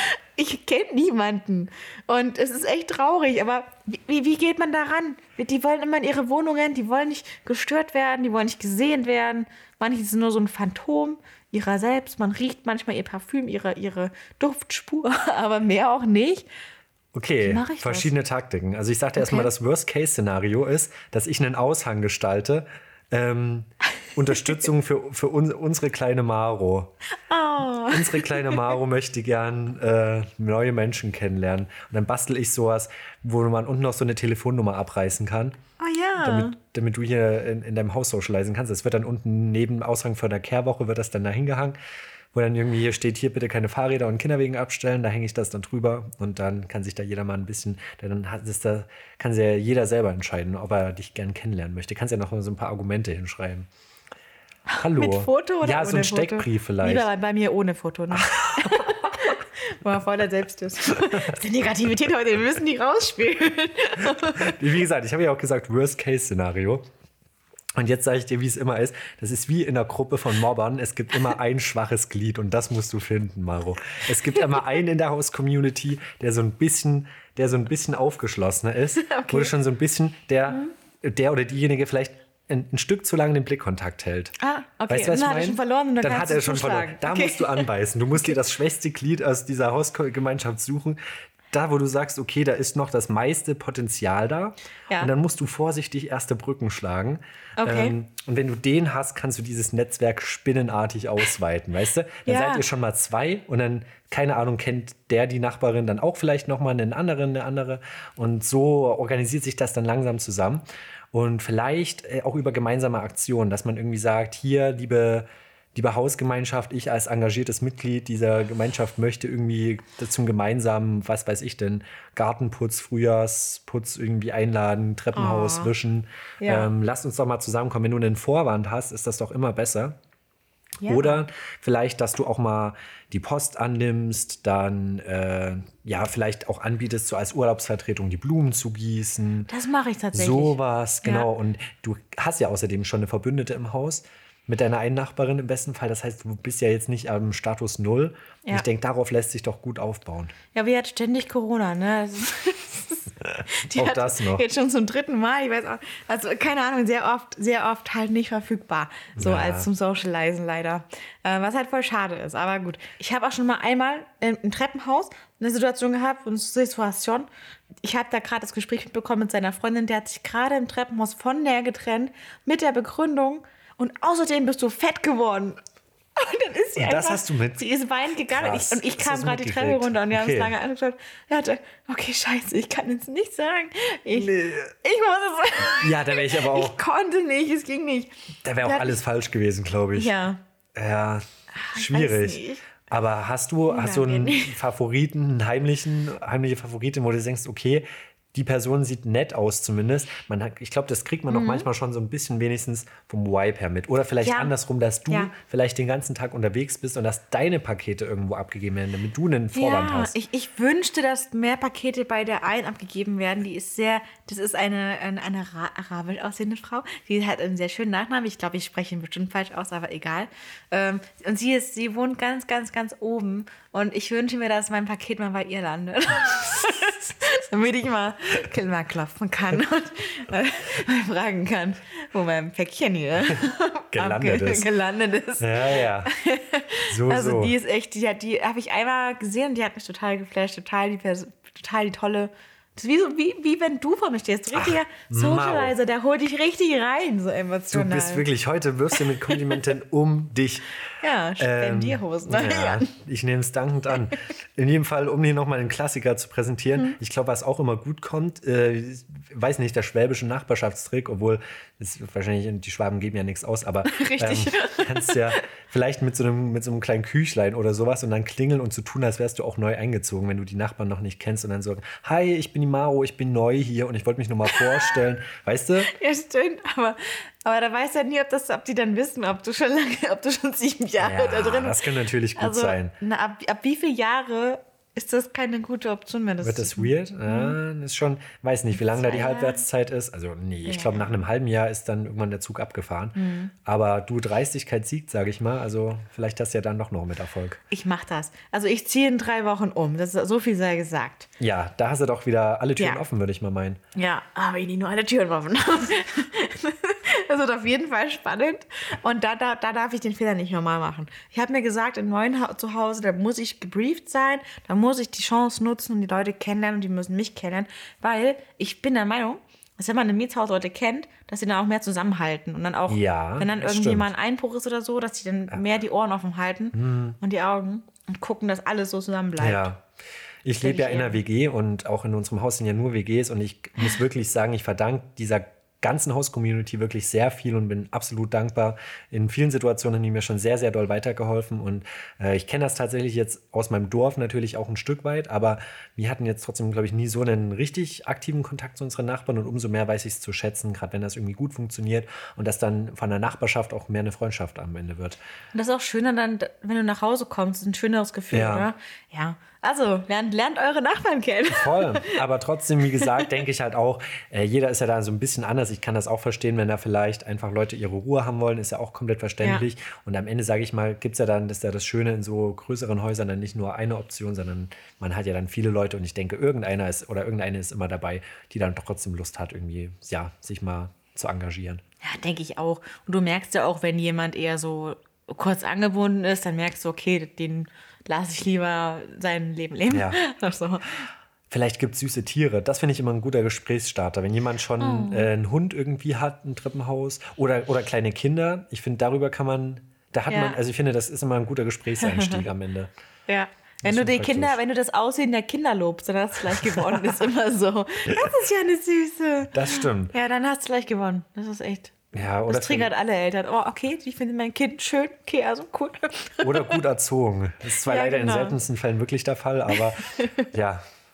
Ich kenne niemanden. Und es ist echt traurig. Aber wie, wie geht man da ran? Die wollen immer in ihre Wohnungen, die wollen nicht gestört werden, die wollen nicht gesehen werden. Manche sind nur so ein Phantom ihrer selbst. Man riecht manchmal ihr Parfüm, ihre, ihre Duftspur, aber mehr auch nicht. okay. Wie mache ich das? Verschiedene Taktiken. Also ich sagte Okay. erstmal, das Worst-Case-Szenario ist, dass ich einen Aushang gestalte. Ähm, Unterstützung für, für un, unsere kleine Maro. Oh. Unsere kleine Maro möchte gern äh, neue Menschen kennenlernen. Und dann bastel ich sowas, wo man unten noch so eine Telefonnummer abreißen kann, Oh ja. damit, damit du hier in, in deinem Haus socialisen kannst. Das wird dann unten neben dem Aushang von der Kehrwoche, wird das dann da hingehangen, wo dann irgendwie hier steht, hier bitte keine Fahrräder und Kinderwegen abstellen. Da hänge ich das dann drüber und dann kann sich da jeder mal ein bisschen, dann hat es da, kann sich ja jeder selber entscheiden, ob er dich gern kennenlernen möchte. Kannst ja noch so ein paar Argumente hinschreiben. Hallo. Mit Foto oder Ja, ohne so ein Foto? Steckbrief vielleicht. Lieber bei mir ohne Foto. Ne? Boah, voll der Selbstdiss. Das ist die Negativität heute, wir müssen die rausspielen. Wie gesagt, ich habe ja auch gesagt, Worst-Case-Szenario. Und jetzt sage ich dir, wie es immer ist. Das ist wie in einer Gruppe von Mobbern. Es gibt immer ein schwaches Glied und das musst du finden, Maro. Es gibt immer einen in der House-Community, der so ein bisschen, der so ein bisschen aufgeschlossener ist. Okay. Oder schon so ein bisschen der, der oder diejenige vielleicht ein, ein Stück zu lange den Blickkontakt hält. Ah, okay. Weißt du, was Dann ich hat er meine? schon verloren und dann hat kannst er du schon zuschlagen. verloren. Da Okay. musst du anbeißen. Du musst dir das schwächste Glied aus dieser Hausgemeinschaft suchen. Da, wo du sagst, okay, da ist noch das meiste Potenzial da. Ja. Und dann musst du vorsichtig erste Brücken schlagen. Okay. Ähm, und wenn du den hast, kannst du dieses Netzwerk spinnenartig ausweiten, weißt du? Dann Ja. seid ihr schon mal zwei und dann, keine Ahnung, kennt der die Nachbarin dann auch vielleicht noch mal einen anderen, eine andere. Und so organisiert sich das dann langsam zusammen. Und vielleicht äh, auch über gemeinsame Aktionen, dass man irgendwie sagt, hier, liebe, liebe Hausgemeinschaft, ich als engagiertes Mitglied dieser Gemeinschaft möchte irgendwie zum gemeinsamen, was weiß ich denn, Gartenputz, Frühjahrsputz irgendwie einladen, Treppenhaus Oh. wischen. Ja. Ähm, lasst uns doch mal zusammenkommen. Wenn du einen Vorwand hast, ist das doch immer besser. Ja. Oder vielleicht, dass du auch mal die Post annimmst, dann äh, ja vielleicht auch anbietest, so als Urlaubsvertretung die Blumen zu gießen. Das mache ich tatsächlich. Sowas, genau. Ja. Und du hast ja außerdem schon eine Verbündete im Haus mit deiner einen Nachbarin im besten Fall. Das heißt, du bist ja jetzt nicht am Status Null. Und Ja. ich denke, darauf lässt sich doch gut aufbauen. Ja, aber die hat ständig Corona, ne? Also, die Auch hat das noch. Jetzt schon zum dritten Mal, ich weiß auch, also keine Ahnung, sehr oft, sehr oft halt nicht verfügbar, so Ja. als zum Socializen leider. Äh, was halt voll schade ist, aber gut. Ich habe auch schon mal einmal im, im Treppenhaus eine Situation gehabt, eine Situation. Ich habe da gerade das Gespräch mitbekommen mit seiner Freundin, der hat sich gerade im Treppenhaus von der getrennt mit der Begründung und außerdem bist du fett geworden. Und dann ist sie Und einfach, das hast du mit- sie ist weinend gegangen und Krass. ich, und ich Hast kam du's gerade die Treppe mitgekriegt? runter und wir haben Okay. uns lange angeschaut. Er hatte, okay, scheiße, ich kann jetzt nicht sagen. Ich, Nee. ich muss es. Ja, da wäre ich aber auch, Ich konnte nicht, es ging nicht. da wäre auch Der hat- alles falsch gewesen, glaube ich. Ja. Ja, ich schwierig. weiß nicht. Aber hast du, hast du einen Unangenehm. Favoriten, einen heimlichen, heimliche Favoritin, wo du denkst, okay, die Person sieht nett aus zumindest. Man hat, ich glaube, das kriegt man doch manchmal schon so ein bisschen wenigstens vom Vibe her mit. Oder vielleicht Mhm. Ja. andersrum, dass du Ja. vielleicht den ganzen Tag unterwegs bist und dass deine Pakete irgendwo abgegeben werden, damit du einen Vorwand Ja, hast. ich, ich wünschte, dass mehr Pakete bei der einen abgegeben werden. Die ist sehr, das ist eine, eine, eine Ara- arabisch aussehende Frau. Die hat einen sehr schönen Nachnamen. Ich glaube, ich spreche ihn bestimmt falsch aus, aber egal. Ähm, und sie ist, sie wohnt ganz, ganz, ganz oben. Und ich wünsche mir, dass mein Paket mal bei ihr landet. Damit ich mal, mal klopfen kann und äh, mal fragen kann, wo mein Päckchen hier Gelandet abge- ist. gelandet ist. Ja, ja. So, Also so. die ist echt, die, hat- die habe ich einmal gesehen, die hat mich total geflasht, total die, Pers- total die tolle. Das ist wie, so, wie, wie wenn du vor mir stehst. Richtiger Socializer, der holt dich richtig rein, so Du emotional. bist wirklich, heute wirst du mit Komplimenten um dich. Ja, Spendierhosen. Ähm, ja, ich nehme es dankend an. In jedem Fall, um hier nochmal einen Klassiker zu präsentieren. Mhm. Ich glaube, was auch immer gut kommt, äh, weiß nicht, der schwäbische Nachbarschaftstrick, obwohl es wahrscheinlich, die Schwaben geben ja nichts aus, aber Richtig. ähm, kannst ja vielleicht mit so, einem, mit so einem kleinen Küchlein oder sowas und dann klingeln und so tun, als wärst du auch neu eingezogen, wenn du die Nachbarn noch nicht kennst und dann so, hi, ich bin die Maro, ich bin neu hier und ich wollte mich nur mal vorstellen. Weißt du? Ja, stimmt, aber, aber da weiß ja nie, ob, das, ob die dann wissen, ob du schon lange, ob du schon sieben Jahre da drin das bist. kann natürlich gut Also, sein. na, ab, ab wie viele Jahre ist das keine gute Option mehr? Das Wird das weird? Ja, das ist schon, weiß nicht, wie lange da die Zwei Jahre? Halbwertszeit ist. Also, nee, ich glaube, nach einem halben Jahr ist dann irgendwann der Zug abgefahren. Mhm. Aber du, Dreistigkeit siegt, sage ich mal. Also, vielleicht hast du ja dann doch noch mit Erfolg. Ich mach das. Also ich ziehe in drei Wochen um. Das ist, so viel sei gesagt. Ja, da hast du doch wieder alle Türen Ja. offen, würde ich mal meinen. Ja, aber ich nicht nur alle Türen offen. Das wird auf jeden Fall spannend. Und da, da, da darf ich den Fehler nicht nochmal machen. Ich habe mir gesagt, im neuen ha Zuhause, da muss ich gebrieft sein, da muss ich die Chance nutzen und die Leute kennenlernen und die müssen mich kennenlernen, weil ich bin der Meinung, dass wenn man ein Mietshaus Leute kennt, dass sie dann auch mehr zusammenhalten und dann auch, Ja, wenn dann das irgendwie stimmt. mal ein Einbruch ist oder so, dass sie dann mehr die Ohren offen halten und die Augen und gucken, dass alles so zusammen bleibt. Ja. Ich Denke lebe ja ich in eher. einer W G und auch in unserem Haus sind ja nur W Gs und ich muss wirklich sagen, ich verdanke dieser ganzen Haus-Community wirklich sehr viel und bin absolut dankbar. In vielen Situationen haben die mir schon sehr, sehr doll weitergeholfen und äh, ich kenne das tatsächlich jetzt aus meinem Dorf natürlich auch ein Stück weit, aber wir hatten jetzt trotzdem, glaube ich, nie so einen richtig aktiven Kontakt zu unseren Nachbarn und umso mehr weiß ich es zu schätzen, gerade wenn das irgendwie gut funktioniert und dass dann von der Nachbarschaft auch mehr eine Freundschaft am Ende wird. Und das ist auch schöner dann, wenn du nach Hause kommst, ist ein schöneres Gefühl, Ja. oder? Ja. Also, lernt, lernt eure Nachbarn kennen. Voll, aber trotzdem, wie gesagt, denke ich halt auch, äh, jeder ist ja da so ein bisschen anders. Ich kann das auch verstehen, wenn da vielleicht einfach Leute ihre Ruhe haben wollen, ist ja auch komplett verständlich. Und am Ende, sage ich mal, gibt es ja dann, das ist ja das Schöne in so größeren Häusern, dann nicht nur eine Option, sondern man hat ja dann viele Leute und ich denke, irgendeiner ist oder irgendeine ist immer dabei, die dann trotzdem Lust hat, irgendwie, ja, sich mal zu engagieren. Ja, denke ich auch. Und du merkst ja auch, wenn jemand eher so kurz angebunden ist, dann merkst du, okay, den lasse ich lieber sein Leben leben. Ja. Also, Vielleicht gibt es süße Tiere. Das finde ich immer ein guter Gesprächsstarter. Wenn jemand schon äh, einen Hund irgendwie hat, ein Treppenhaus oder, oder kleine Kinder. Ich finde, darüber kann man, da hat Ja. man, also ich finde, das ist immer ein guter Gesprächseinstieg am Ende. ja. Wenn ist du schon die praktisch. Kinder, wenn du das Aussehen der Kinder lobst, dann hast du gleich gewonnen. Das ist immer so. Das ist ja eine Süße. Das stimmt. Ja, dann hast du gleich gewonnen. Das ist echt. Ja, oder, Das triggert alle Eltern. Oh, okay, ich finde mein Kind schön. Okay, also cool. oder gut erzogen. Das ist zwar Ja, leider in genau. seltensten Fällen wirklich der Fall, aber ja.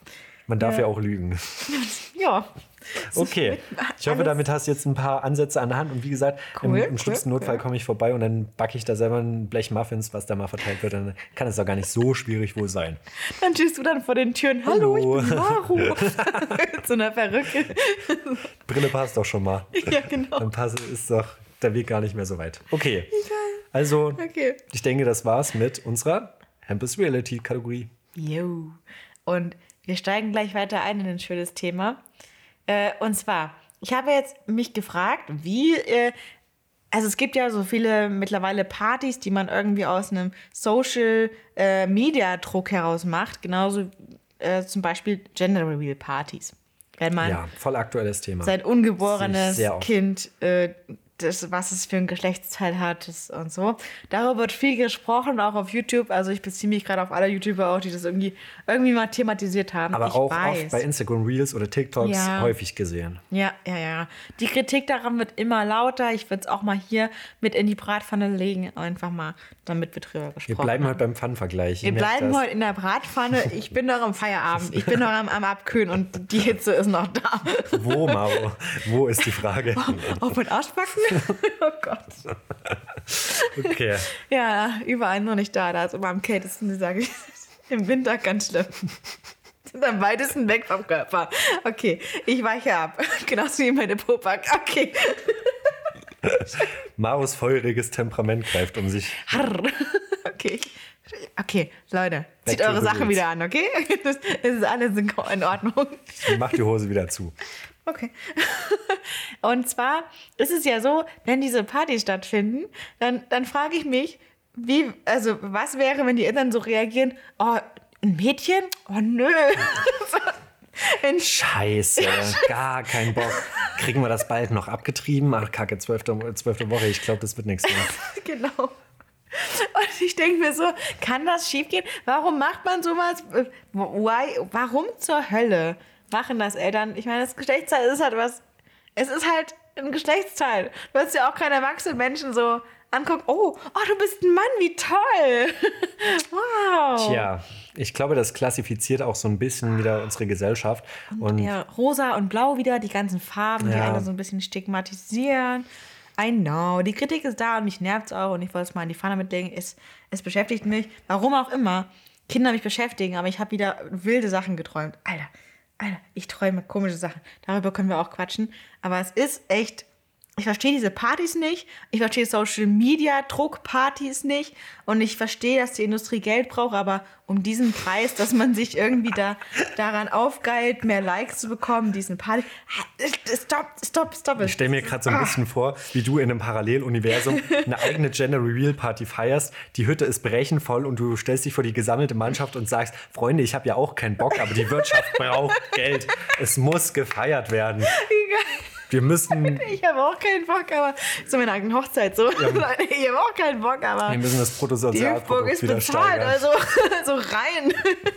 Man darf ja, ja auch lügen. Ja. Okay, ich hoffe, damit hast du jetzt ein paar Ansätze an der Hand. Und wie gesagt, cool, im, im schlimmsten cool, Notfall komme ich vorbei und dann backe ich da selber ein Blech Muffins, was da mal verteilt wird. Dann kann es doch gar nicht so schwierig wohl sein. Dann stehst du dann vor den Türen. Hallo, Hallo. Ich bin Maro. Mit so einer Perücke. Brille passt doch schon mal. Ja, genau. Dann passt, ist doch der Weg gar nicht mehr so weit. Okay, also okay. Ich denke, das war's mit unserer Hempels Reality-Kategorie. Jo. Und wir steigen gleich weiter ein in ein schönes Thema. Äh, und zwar, ich habe jetzt mich gefragt, wie, äh, also es gibt ja so viele mittlerweile Partys, die man irgendwie aus einem Social-Media-Druck heraus macht, genauso äh, zum Beispiel Gender-Reveal-Partys. Wenn man ja, voll aktuelles Thema. Sein ungeborenes Kind, äh, das, was es für ein Geschlechtsteil hat das und so. Darüber wird viel gesprochen, auch auf YouTube. Also ich beziehe mich gerade auf alle YouTuber auch, die das irgendwie, irgendwie mal thematisiert haben. Aber ich auch weiß. oft bei Instagram Reels oder TikToks ja. häufig gesehen. Ja, ja, ja. Die Kritik daran wird immer lauter. Ich würde es auch mal hier mit in die Bratpfanne legen. Einfach mal, damit wir drüber gesprochen haben. Wir bleiben haben. heute beim Pfannenvergleich. Wir bleiben heute in der Bratpfanne. Ich bin noch am Feierabend. Ich bin noch am, am Abkühlen und die Hitze ist noch da. Wo, Maro? Wo ist die Frage? Auf den Arschbacken? Oh Gott. Okay. Ja, überall noch nicht da. Da ist immer am kältesten, sage ich. Im Winter ganz schlimm. Sind am weitesten weg vom Körper. Okay, ich weiche ab. Genauso wie meine Popak. Okay. Maros feuriges Temperament greift um sich. Okay. Okay, Leute, zieht eure Sachen wieder an, okay? Das, das ist alles in Ordnung. Macht die Hose wieder zu. Okay. Und zwar ist es ja so, wenn diese Partys stattfinden, dann, dann frage ich mich, wie, also was wäre, wenn die Eltern so reagieren, oh, ein Mädchen? Oh nö. Scheiße, gar kein Bock. Kriegen wir das bald noch abgetrieben? Ach kacke, zwölfte, zwölfte Woche, ich glaube, das wird nichts mehr. Genau. Und ich denke mir so, kann das schiefgehen? Warum macht man sowas? Why? Warum zur Hölle machen das Eltern? Ich meine, das Geschlechtsteil ist halt was, es ist halt ein Geschlechtsteil. Du wirst ja auch keine erwachsenen Menschen so angucken, oh, oh, du bist ein Mann, wie toll. Wow. Tja, ich glaube, das klassifiziert auch so ein bisschen wieder unsere Gesellschaft. Und, und ja, rosa und blau wieder, die ganzen Farben, die ja. alle so ein bisschen stigmatisieren. I know, die Kritik ist da und mich nervt es auch und ich wollte es mal in die Pfanne mitlegen. Es, es beschäftigt mich, warum auch immer. Kinder mich beschäftigen, aber ich habe wieder wilde Sachen geträumt. Alter, Alter, ich träume komische Sachen. Darüber können wir auch quatschen. Aber es ist echt, ich verstehe diese Partys nicht. Ich verstehe Social Media Druckpartys nicht. Und ich verstehe, dass die Industrie Geld braucht, aber um diesen Preis, dass man sich irgendwie da daran aufgeilt, mehr Likes zu bekommen, diesen Party. Stopp, stopp, stopp. Ich stelle mir gerade so ein bisschen vor, wie du in einem Paralleluniversum eine eigene Gender Reveal Party feierst. Die Hütte ist brechenvoll und du stellst dich vor die gesammelte Mannschaft und sagst, Freunde, ich habe ja auch keinen Bock, aber die Wirtschaft braucht Geld. Es muss gefeiert werden. Wie geil. Wir müssen... Ich habe auch keinen Bock, aber so meine eigene Hochzeit so. Ja. Ich habe auch keinen Bock, aber... Wir müssen das Bruttosozialprodukt wieder steigern. Also, so rein.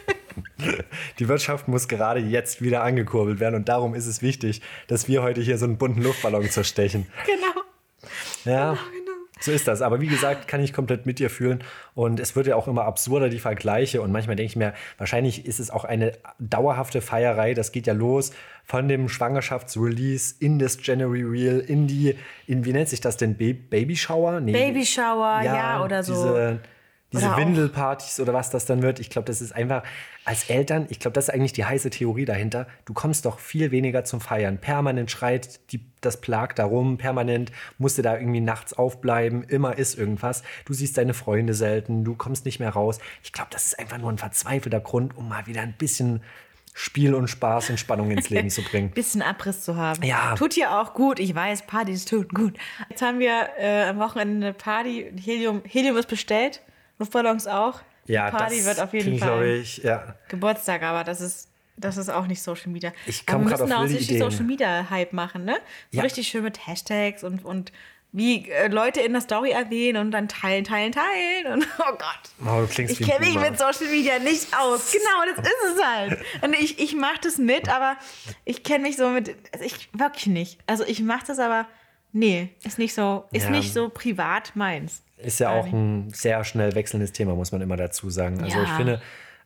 Die Wirtschaft muss gerade jetzt wieder angekurbelt werden und darum ist es wichtig, dass wir heute hier so einen bunten Luftballon zerstechen. Genau. Ja. Genau, genau. So ist das. Aber wie gesagt, kann ich komplett mit dir fühlen. Und es wird ja auch immer absurder, die Vergleiche. Und manchmal denke ich mir, wahrscheinlich ist es auch eine dauerhafte Feierei. Das geht ja los von dem Schwangerschaftsrelease in das Gender Reveal, in die, in, wie nennt sich das denn? Ba- Babyshower? Nee. Babyshower, ja, ja, oder so. Diese, diese oder Windelpartys oder was das dann wird. Ich glaube, das ist einfach, als Eltern, ich glaube, das ist eigentlich die heiße Theorie dahinter. Du kommst doch viel weniger zum Feiern. Permanent schreit die, das Plag da rum, permanent musst du da irgendwie nachts aufbleiben, immer ist irgendwas. Du siehst deine Freunde selten, du kommst nicht mehr raus. Ich glaube, das ist einfach nur ein verzweifelter Grund, um mal wieder ein bisschen Spiel und Spaß und Spannung ins Leben zu bringen. Bisschen Abriss zu haben. Ja. Tut ja auch gut. Ich weiß, Partys tun gut. Jetzt haben wir äh, am Wochenende eine Party. Helium, Helium ist bestellt. Luftballons auch. Ja, die Party das wird auf jeden klingt, Fall glaube ich, ja. Geburtstag, aber das ist, das ist auch nicht Social Media. Ich komme gerade auf wir müssen wilde auch richtig Ideen. Social Media Hype machen, ne? So Ja. richtig schön mit Hashtags und, und wie äh, Leute in der Story erwähnen und dann teilen, teilen, teilen. Und oh Gott. Oh, du klingst Ich wie ein kenne mich Boomer. mit Social Media nicht aus. Genau, das ist es halt. Und ich, ich mache das mit, aber ich kenne mich so mit, also ich wirklich nicht. Also ich mache das aber, nee, ist nicht so, ist Ja. nicht so privat meins. Ist ja auch ein sehr schnell wechselndes Thema, muss man immer dazu sagen. Also Ja. ich finde,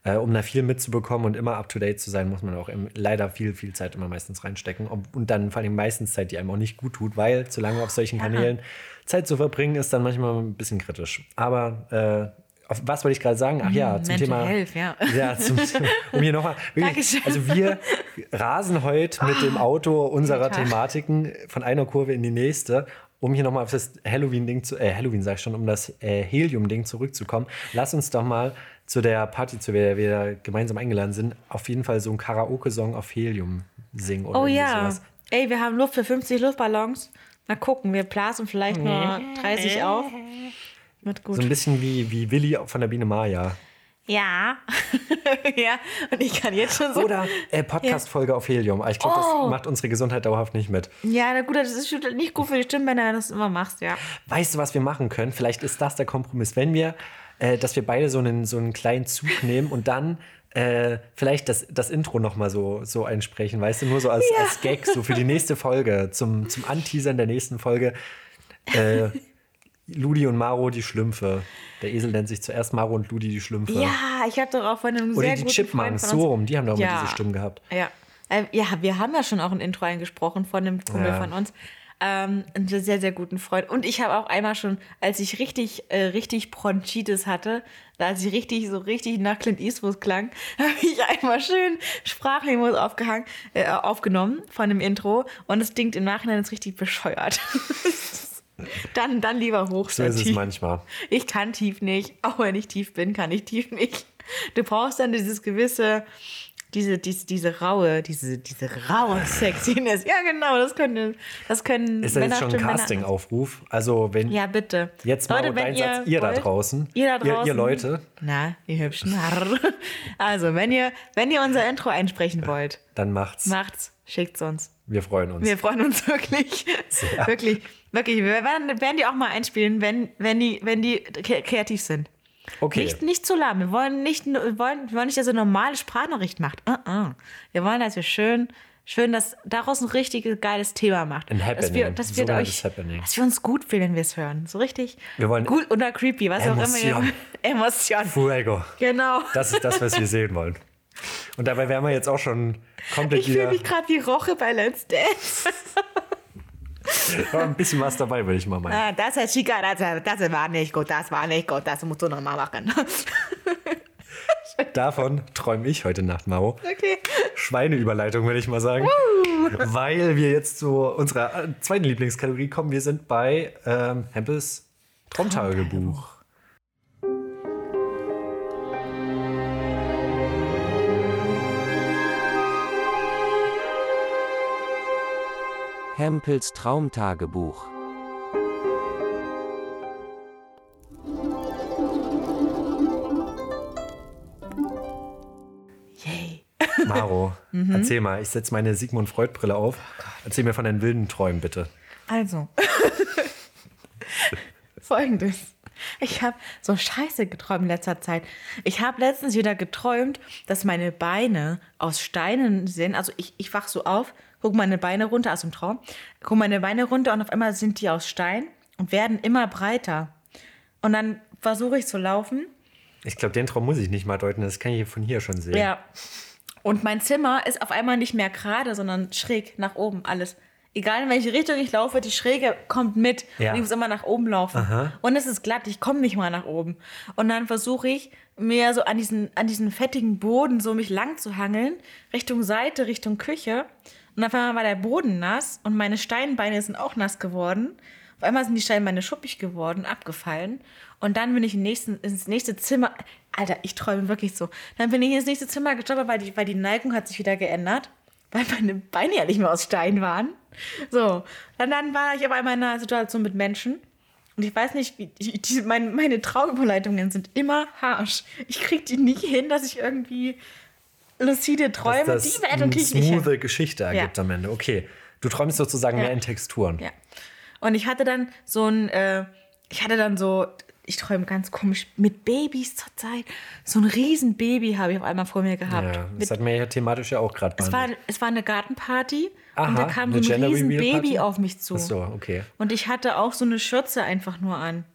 Äh, um da viel mitzubekommen und immer up-to-date zu sein, muss man auch im, leider viel, viel Zeit immer meistens reinstecken. Und, und dann vor allem meistens Zeit, die einem auch nicht gut tut, weil zu lange auf solchen Kanälen Zeit zu verbringen, ist dann manchmal ein bisschen kritisch. Aber äh, auf was wollte ich gerade sagen? Ach ja, zum Mental Thema. Health, ja. Ja, zum, um hier nochmal. Also wir rasen heute mit dem Auto unserer Total. Thematiken von einer Kurve in die nächste. Um hier nochmal auf das Halloween-Ding zu, äh, Halloween sag ich schon, um das äh, Helium-Ding zurückzukommen. Lass uns doch mal zu der Party, zu der wir gemeinsam eingeladen sind, auf jeden Fall so einen Karaoke-Song auf Helium singen oder Oh irgendwie ja. sowas. Ey, wir haben Luft für fünfzig Luftballons. Mal gucken, wir blasen vielleicht nur dreißig auf. Wird gut. So ein bisschen wie, wie Willi von der Biene Maya. Ja. Ja, und ich kann jetzt schon so. Oder äh, Podcast-Folge auf Helium. Ich glaube, Oh. das macht unsere Gesundheit dauerhaft nicht mit. Ja, na gut, das ist schon nicht gut für die Stimme, wenn du das immer machst, ja. Weißt du, was wir machen können? Vielleicht ist das der Kompromiss. Wenn wir, äh, dass wir beide so einen, so einen kleinen Zug nehmen und dann äh, vielleicht das, das Intro nochmal so, so einsprechen, weißt du, nur so als, Ja. als Gag, so für die nächste Folge, zum, zum Anteasern der nächsten Folge. Äh, Ludi und Maro, die Schlümpfe. Der Esel nennt sich zuerst Maro und Ludi, die Schlümpfe. Ja, ich habe doch auch von einem Oder sehr die guten Chipmunks, Freund von so uns- rum, die haben doch immer Ja. diese Stimmen gehabt. Ja. Äh, ja, wir haben ja schon auch ein Intro eingesprochen von einem Kumpel Ja. von uns. Ähm, einen sehr, sehr guten Freund. Und ich habe auch einmal schon, als ich richtig, äh, richtig Bronchitis hatte, da als ich richtig, so richtig nach Clint Eastwood klang, habe ich einmal schön Sprachmemos aufgehangen, äh, aufgenommen von dem Intro. Und es klingt im Nachhinein jetzt richtig bescheuert. dann, dann lieber hoch. So statt ist es tief. manchmal. Ich kann tief nicht. Auch wenn ich tief bin, kann ich tief nicht. Du brauchst dann dieses gewisse, diese, diese, diese raue, diese, diese raue Sexiness. Ja, genau, das können, das können Ist das jetzt schon ein Männerstimmen, Männer- Casting-Aufruf? Also, wenn Ja, bitte. jetzt mal Leute, wenn dein Satz, ihr da wollt, draußen, Ihr da draußen. ihr, ihr Leute, Na, ihr Hübschen. Also, wenn ihr, wenn ihr unser Intro einsprechen wollt, dann macht's. macht's, schickt's uns. Wir freuen uns. Wir freuen uns wirklich. Sehr. Wirklich, wirklich. Wir werden, werden die auch mal einspielen, wenn, wenn, die, wenn die k- kreativ sind. Okay. Nicht, nicht zu lahm. Wir wollen nicht, wir wollen, wir wollen nicht, dass ihr eine normale Sprachnachricht macht. Uh-uh. Wir wollen, dass ihr schön, schön, dass daraus ein richtig geiles Thema macht. Ein Dass Happening. wir, dass wir, Sogenanntes euch, Happening. dass wir uns gut fühlen, wenn wir es hören. So richtig Wir wollen gut oder creepy, was auch immer. Emotion. ihr- Emotion. Fuego. Genau. Das ist das, was wir sehen wollen. Und dabei wären wir jetzt auch schon komplett Ich fühle wieder. mich gerade wie Roche bei Let's Dance. War ein bisschen was dabei, würde ich mal meinen. Ah, das ist Chica, das, das war nicht gut, das war nicht gut, das musst du nochmal machen. Davon träume ich heute Nacht, Maro. Okay. Schweineüberleitung, würde ich mal sagen. Weil wir jetzt zu unserer äh, zweiten Lieblingskategorie kommen. Wir sind bei ähm, Hempels Traumtagebuch. Hempels Traumtagebuch. Yay. Maro, Mhm. erzähl mal. Ich setze meine Sigmund Freud-Brille auf. Oh Erzähl mir von deinen wilden Träumen, bitte. Also. Folgendes. Ich habe so scheiße geträumt in letzter Zeit. Ich habe letztens wieder geträumt, dass meine Beine aus Steinen sind. Also ich, ich wach so auf, gucke meine Beine runter aus dem Traum, gucke meine Beine runter und auf einmal sind die aus Stein und werden immer breiter. Und dann versuche ich zu laufen. Ich glaube, den Traum muss ich nicht mal deuten. Das kann ich von hier schon sehen. Ja. Und mein Zimmer ist auf einmal nicht mehr gerade, sondern schräg nach oben alles. Egal in welche Richtung ich laufe, die Schräge kommt mit. Ja. Und ich muss immer nach oben laufen. Aha. Und es ist glatt, ich komme nicht mal nach oben. Und dann versuche ich, mir so an diesen, an diesen fettigen Boden so mich lang zu hangeln, Richtung Seite, Richtung Küche. Und auf einmal war der Boden nass und meine Steinbeine sind auch nass geworden. Auf einmal sind die Steinbeine schuppig geworden, abgefallen. Und dann bin ich im nächsten, ins nächste Zimmer. Alter, ich träume wirklich so. Dann bin ich ins nächste Zimmer gestolpert, weil die, weil die Neigung hat sich wieder geändert. Weil meine Beine ja nicht mehr aus Stein waren. So, dann, dann war ich aber einmal in einer Situation mit Menschen. Und ich weiß nicht, wie die, die, meine, meine Traumüberleitungen sind immer harsch. Ich krieg die nie hin, dass ich irgendwie lucide träume. Dass Die das Wertung eine krieg ich nicht hin. smoothe Geschichte ergibt am Ende. Okay, du träumst sozusagen Ja. mehr in Texturen. Ja. Und ich hatte dann so ein, äh, ich hatte dann so, ich träume ganz komisch, mit Babys zur Zeit. So ein Riesenbaby habe ich auf einmal vor mir gehabt. Ja, das mit, hat mir ja thematisch ja auch gerade es, war, es war eine Gartenparty Aha, und da kam so eine ein Gender riesen Reveal Baby Party? auf mich zu. Ach so, okay. Und ich hatte auch so eine Schürze einfach nur an.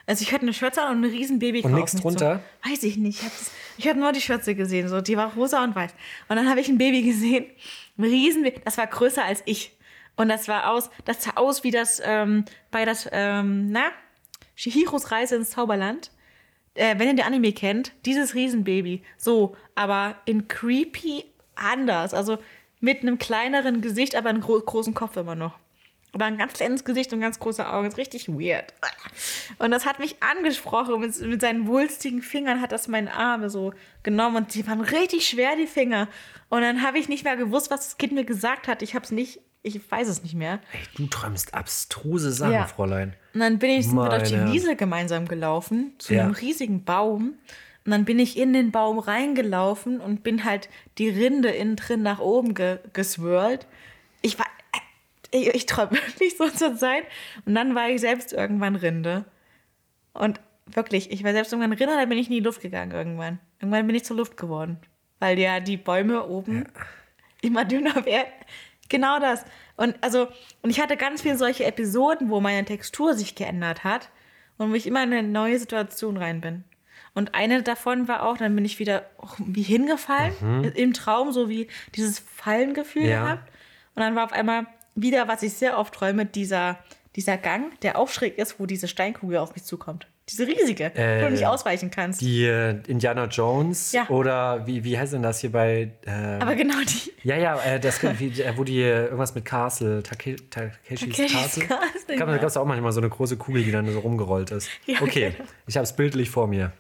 Also ich hatte eine Schürze an und ein riesen Babykorb. Und nichts drunter? So. Weiß ich nicht. Ich habe hab nur die Schürze gesehen. So. Die war rosa und weiß. Und dann habe ich ein Baby gesehen. Ein riesen Baby. Das war größer als ich. Und das war aus, das sah aus wie das, ähm, bei das, ähm, na, Chihiros Reise ins Zauberland. Äh, wenn ihr den Anime kennt, dieses Riesenbaby. So, aber in creepy anders. Also mit einem kleineren Gesicht, aber einem gro- großen Kopf immer noch. Aber ein ganz kleines Gesicht und ganz große Augen. Das ist richtig weird. Und das hat mich angesprochen. Mit, mit seinen wulstigen Fingern hat das meine Arme so genommen. Und die waren richtig schwer, die Finger. Und dann habe ich nicht mehr gewusst, was das Kind mir gesagt hat. Ich habe es nicht, ich weiß es nicht mehr. Ey, du träumst abstruse Sachen, Ja. Fräulein. Und dann bin ich sind wir durch die Meine- Wiese gemeinsam gelaufen, zu Ja. einem riesigen Baum. Und dann bin ich in den Baum reingelaufen und bin halt die Rinde innen drin nach oben ge- geswirlt. Ich war, ich, ich träume wirklich so zur Zeit. Und dann war ich selbst irgendwann Rinde. Und wirklich, ich war selbst irgendwann Rinde, dann bin ich in die Luft gegangen irgendwann. Irgendwann bin ich zur Luft geworden. Weil ja die Bäume oben immer dünner werden. Genau das. Und also, und ich hatte ganz viele solche Episoden, wo meine Textur sich geändert hat und wo ich immer in eine neue Situation rein bin. Und eine davon war auch, dann bin ich wieder auch wie hingefallen im Traum, so wie dieses Fallengefühl Ja. gehabt. Und dann war auf einmal wieder, was ich sehr oft träume, dieser, dieser Gang, der auch schräg ist, wo diese Steinkugel auf mich zukommt. Diese riesige, Äh, wo du nicht ausweichen kannst. Die äh, Indiana Jones Ja. oder wie, wie heißt denn das hier bei... Äh, Aber genau die. ja, ja, äh, das, wie, äh, wo die äh, irgendwas mit Castle, Take, Takeshis Takeshis Castle. Castle, Da gab ja. es auch manchmal so eine große Kugel, die dann so rumgerollt ist. Ja, okay, genau. ich habe es bildlich vor mir.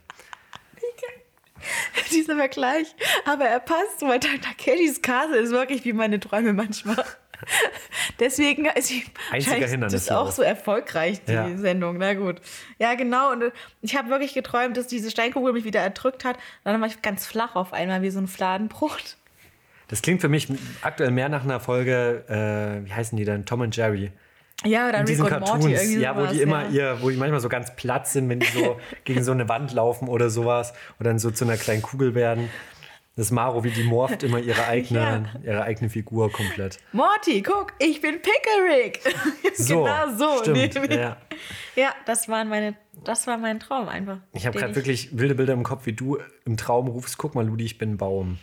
Dieser Vergleich. Aber er passt, weil Takeshis Castle ist wirklich wie meine Träume manchmal. Deswegen ist sie Einziger wahrscheinlich Hindernis das auch auch. so erfolgreich, die Ja. Sendung. Na gut. Ja, genau. Und ich habe wirklich geträumt, dass diese Steinkugel mich wieder erdrückt hat. Und dann war ich ganz flach auf einmal, wie so ein Fladenbrot. Das klingt für mich aktuell mehr nach einer Folge, äh, wie heißen die denn? Tom und Jerry. Ja, oder In Rick diesen und Cartoons, Morty. Irgendwie ja, wo sowas, die immer ja. ihr, wo die manchmal so ganz platt sind, wenn die so gegen so eine Wand laufen oder sowas und dann so zu einer kleinen Kugel werden. Das Maro, wie die morpht immer ihre eigene, Ja. ihre eigene Figur komplett. Morty, guck, ich bin Pickerick. So, genau so. stimmt, Nee, nee. ja. Ja, das, waren meine, das war mein Traum einfach. Ich habe den gerade wirklich wilde Bilder im Kopf, wie du im Traum rufst, guck mal, Ludi, ich bin ein Baum.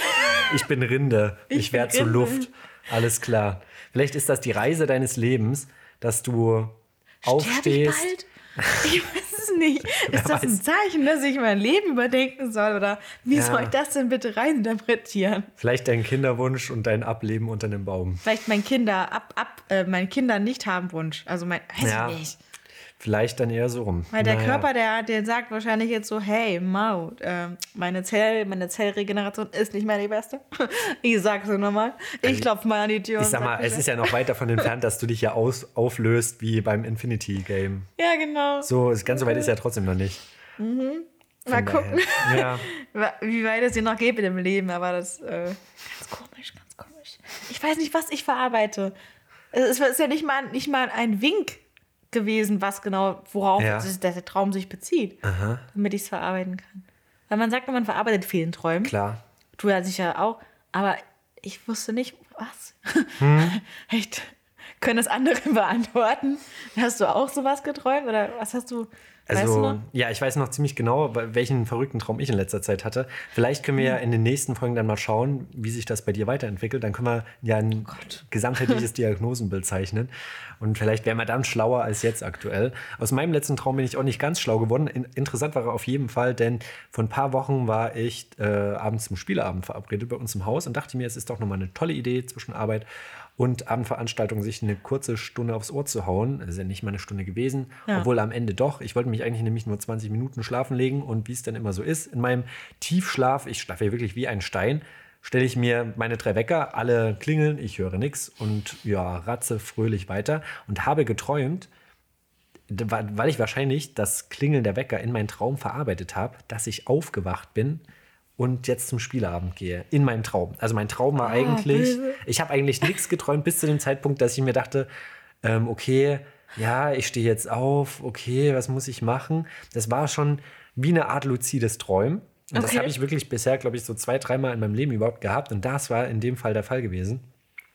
Ich bin Rinde, ich, Ich werde bin zur Rinde. Luft. Alles klar. Vielleicht ist das die Reise deines Lebens, dass du Sterbe ich aufstehst. bald? Ich weiß es nicht. Ist das ein weiß. Zeichen, dass ich mein Leben überdenken soll? Oder wie Ja. soll ich das denn bitte reininterpretieren? Vielleicht dein Kinderwunsch und dein Ableben unter einem Baum. Vielleicht mein Kinder ab, ab, äh, mein Kinder nicht haben Wunsch. Also mein, weiß Ja. ich nicht. Vielleicht dann eher so rum. Weil der Naja. Körper, der, der sagt wahrscheinlich jetzt so, hey, Mau, äh, meine, Zell, meine Zellregeneration ist nicht mehr die beste. Ich sag's nur nochmal. Ich klopfe mal an die Tür. Ich und sag mal, sag es ist ja noch weit davon entfernt, dass du dich ja aus, auflöst wie beim Infinity Game. Ja, genau. So, ist- ganz so weit ist ja trotzdem noch nicht. Mal Von gucken, daher. Ja. wie weit es hier noch geht mit dem Leben. Aber das äh, ganz komisch, ganz komisch. Ich weiß nicht, was ich verarbeite. Es ist ja nicht mal, nicht mal ein Wink gewesen, was genau, worauf Ja. das- der Traum sich bezieht, damit ich es verarbeiten kann. Weil man sagt, man verarbeitet vielen Träumen. Klar. Du ja sicher auch. Aber ich wusste nicht, was. Hm? Echt? Können das andere beantworten? Hast du auch sowas geträumt? Oder was hast du? Weißt du Also, noch? ja, ich weiß noch ziemlich genau, welchen verrückten Traum ich in letzter Zeit hatte. Vielleicht können wir ja in den nächsten Folgen dann mal schauen, wie sich das bei dir weiterentwickelt. Dann können wir ja ein gesamtheitliches Diagnosenbild zeichnen. Und vielleicht wären wir dann schlauer als jetzt aktuell. Aus meinem letzten Traum bin ich auch nicht ganz schlau geworden. In, interessant war er auf jeden Fall, denn vor ein paar Wochen war ich äh, abends zum Spieleabend verabredet bei uns im Haus und dachte mir, es ist doch nochmal eine tolle Idee zwischen Arbeit und Abendveranstaltung, sich eine kurze Stunde aufs Ohr zu hauen. Das ist ja nicht mal eine Stunde gewesen, Ja. obwohl am Ende doch. Ich wollte mich eigentlich nämlich nur zwanzig Minuten schlafen legen und wie es dann immer so ist, in meinem Tiefschlaf, ich schlafe ja wirklich wie ein Stein, stelle ich mir meine drei Wecker, alle klingeln, ich höre nichts und ja, ratze fröhlich weiter und habe geträumt, weil ich wahrscheinlich das Klingeln der Wecker in meinen Traum verarbeitet habe, dass ich aufgewacht bin und jetzt zum Spieleabend gehe, in meinem Traum. Also mein Traum war eigentlich, böse. ich habe eigentlich nichts geträumt bis zu dem Zeitpunkt, dass ich mir dachte, ähm, okay, ja, ich stehe jetzt auf, okay, was muss ich machen? Das war schon wie eine Art luzides Träumen. Und das Okay. habe ich wirklich bisher, glaube ich, so zwei, dreimal in meinem Leben überhaupt gehabt. Und das war in dem Fall der Fall gewesen.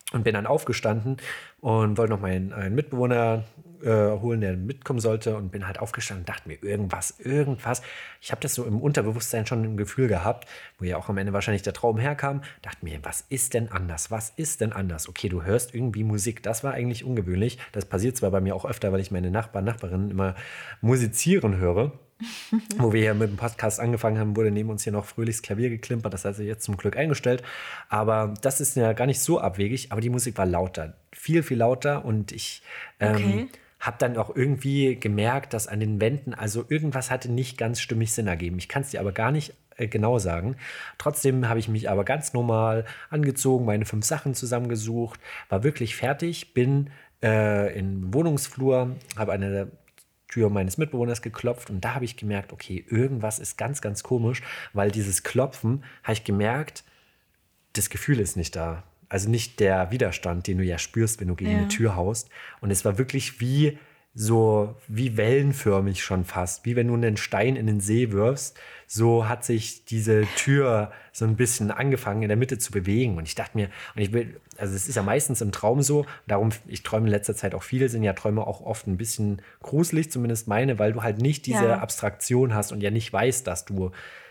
Und bin dann aufgestanden und wollte noch meinen einen Mitbewohner äh, holen, der mitkommen sollte. Und bin halt aufgestanden und dachte mir, irgendwas, irgendwas. Ich habe das so im Unterbewusstsein schon ein Gefühl gehabt, wo ja auch am Ende wahrscheinlich der Traum herkam. Dachte mir, was ist denn anders? Was ist denn anders? Okay, du hörst irgendwie Musik. Das war eigentlich ungewöhnlich. Das passiert zwar bei mir auch öfter, weil ich meine Nachbarn, Nachbarinnen immer musizieren höre. Wo wir hier mit dem Podcast angefangen haben, wurde neben uns hier noch fröhliches Klavier geklimpert. Das hat sich jetzt zum Glück eingestellt. Aber das ist ja gar nicht so abwegig. Aber die Musik war lauter. Viel, viel lauter. Und ich ähm, Okay. habe dann auch irgendwie gemerkt, dass an den Wänden, also irgendwas hatte nicht ganz stimmig Sinn ergeben. Ich kann es dir aber gar nicht äh, genau sagen. Trotzdem habe ich mich aber ganz normal angezogen, meine fünf Sachen zusammengesucht, war wirklich fertig, bin äh, in den Wohnungsflur, habe eine Tür meines Mitbewohners geklopft und da habe ich gemerkt, okay, irgendwas ist ganz, ganz komisch, weil dieses Klopfen, habe ich gemerkt, das Gefühl ist nicht da. Also nicht der Widerstand, den du ja spürst, wenn du gegen Ja. eine Tür haust. Und es war wirklich wie so, wie wellenförmig schon fast, wie wenn du einen Stein in den See wirfst. So hat sich diese Tür so ein bisschen angefangen in der Mitte zu bewegen. Und ich dachte mir, und ich will, also es ist ja meistens im Traum so, darum, ich träume in letzter Zeit auch viel, sind ja Träume auch oft ein bisschen gruselig, zumindest meine, weil du halt nicht diese Ja. Abstraktion hast und ja nicht weißt, dass du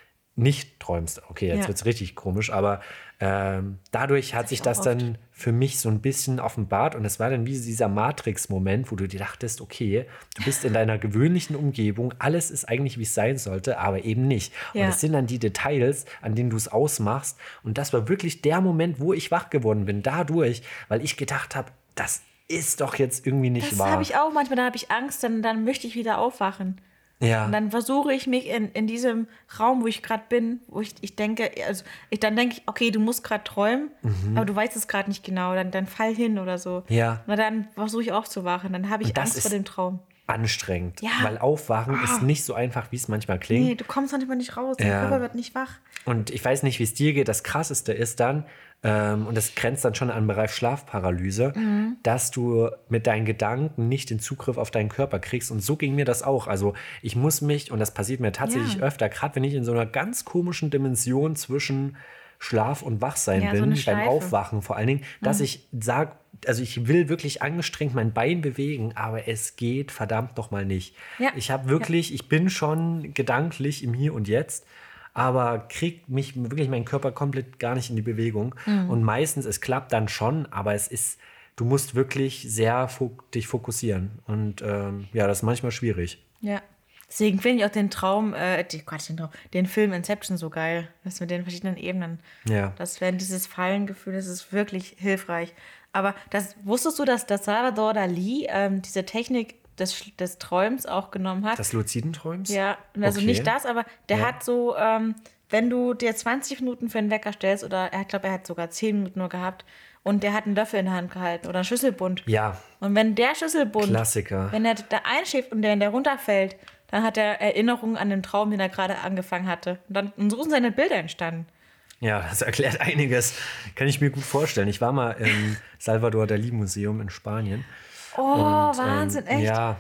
nicht träumst. Okay, jetzt Ja. wird es richtig komisch, aber ähm, dadurch hat sich ich das auch dann für mich so ein bisschen offenbart und es war dann wie dieser Matrix-Moment, wo du dir dachtest, okay, du bist in deiner gewöhnlichen Umgebung, alles ist eigentlich, wie es sein sollte, aber eben nicht. Und Ja. es sind dann die Details, an denen du es ausmachst und das war wirklich der Moment, wo ich wach geworden bin, dadurch, weil ich gedacht habe, das ist doch jetzt irgendwie nicht Das wahr. habe ich auch manchmal, da habe ich Angst, dann, dann möchte ich wieder aufwachen. ja. Und dann versuche ich mich in, in diesem Raum, wo ich gerade bin, wo ich, ich denke, also ich, dann denke ich, okay, du musst gerade träumen, aber du weißt es gerade nicht genau, dann, dann fall hin oder so. Mhm. Ja. Na, dann versuche ich aufzuwachen, dann habe ich Und das Angst vor ist- dem Traum. anstrengend, Ja. weil Aufwachen ist nicht so einfach, wie es manchmal klingt. Nee, du kommst manchmal nicht raus, dein Ja. Körper wird nicht wach. Und ich weiß nicht, wie es dir geht. Das Krasseste ist dann, ähm, und das grenzt dann schon an den Bereich Schlafparalyse, Mhm. dass du mit deinen Gedanken nicht den Zugriff auf deinen Körper kriegst. Und so ging mir das auch. Also ich muss mich, und das passiert mir tatsächlich Ja. öfter, gerade wenn ich in so einer ganz komischen Dimension zwischen Schlaf und Wachsein Ja, so bin, eine beim Schleife. Aufwachen vor allen Dingen, dass Mhm. ich sage, also ich will wirklich angestrengt mein Bein bewegen, aber es geht verdammt noch mal nicht. Ja. Ich habe wirklich, ich bin schon gedanklich im Hier und Jetzt, aber kriegt mich wirklich mein Körper komplett gar nicht in die Bewegung. Mhm. Und meistens, es klappt dann schon, aber es ist, du musst wirklich sehr fo- dich fokussieren. Und ähm, ja, das ist manchmal schwierig. Ja. Deswegen finde ich auch den Traum, äh, die, Gott, den Traum, den Film Inception so geil. Das mit den verschiedenen Ebenen. Ja. Das wäre dieses Fallengefühl, das ist wirklich hilfreich. Aber das, wusstest du, dass, dass Salvador Dali ähm, diese Technik des, Sch- des Träums auch genommen hat? Das Luzidenträums? Ja, also Okay. nicht das, aber der Ja. hat so, ähm, wenn du dir zwanzig Minuten für einen Wecker stellst, oder ich glaube, er hat sogar zehn Minuten nur gehabt, und der hat einen Löffel in der Hand gehalten oder einen Schlüsselbund. Ja, Und wenn der Schlüsselbund, Klassiker. wenn er da einschläft und der, wenn der runterfällt, dann hat er Erinnerungen an den Traum, den er gerade angefangen hatte. Und, dann, und so sind seine Bilder entstanden. Ja, das erklärt einiges. Kann ich mir gut vorstellen. Ich war mal im Salvador Dali Museum in Spanien. Oh, Und, Wahnsinn, ähm, echt? Ja,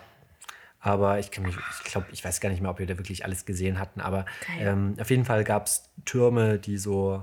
aber ich kann mich, ich glaube, ich weiß gar nicht mehr, ob wir da wirklich alles gesehen hatten, aber Geil. ähm, auf jeden Fall gab es Türme, die so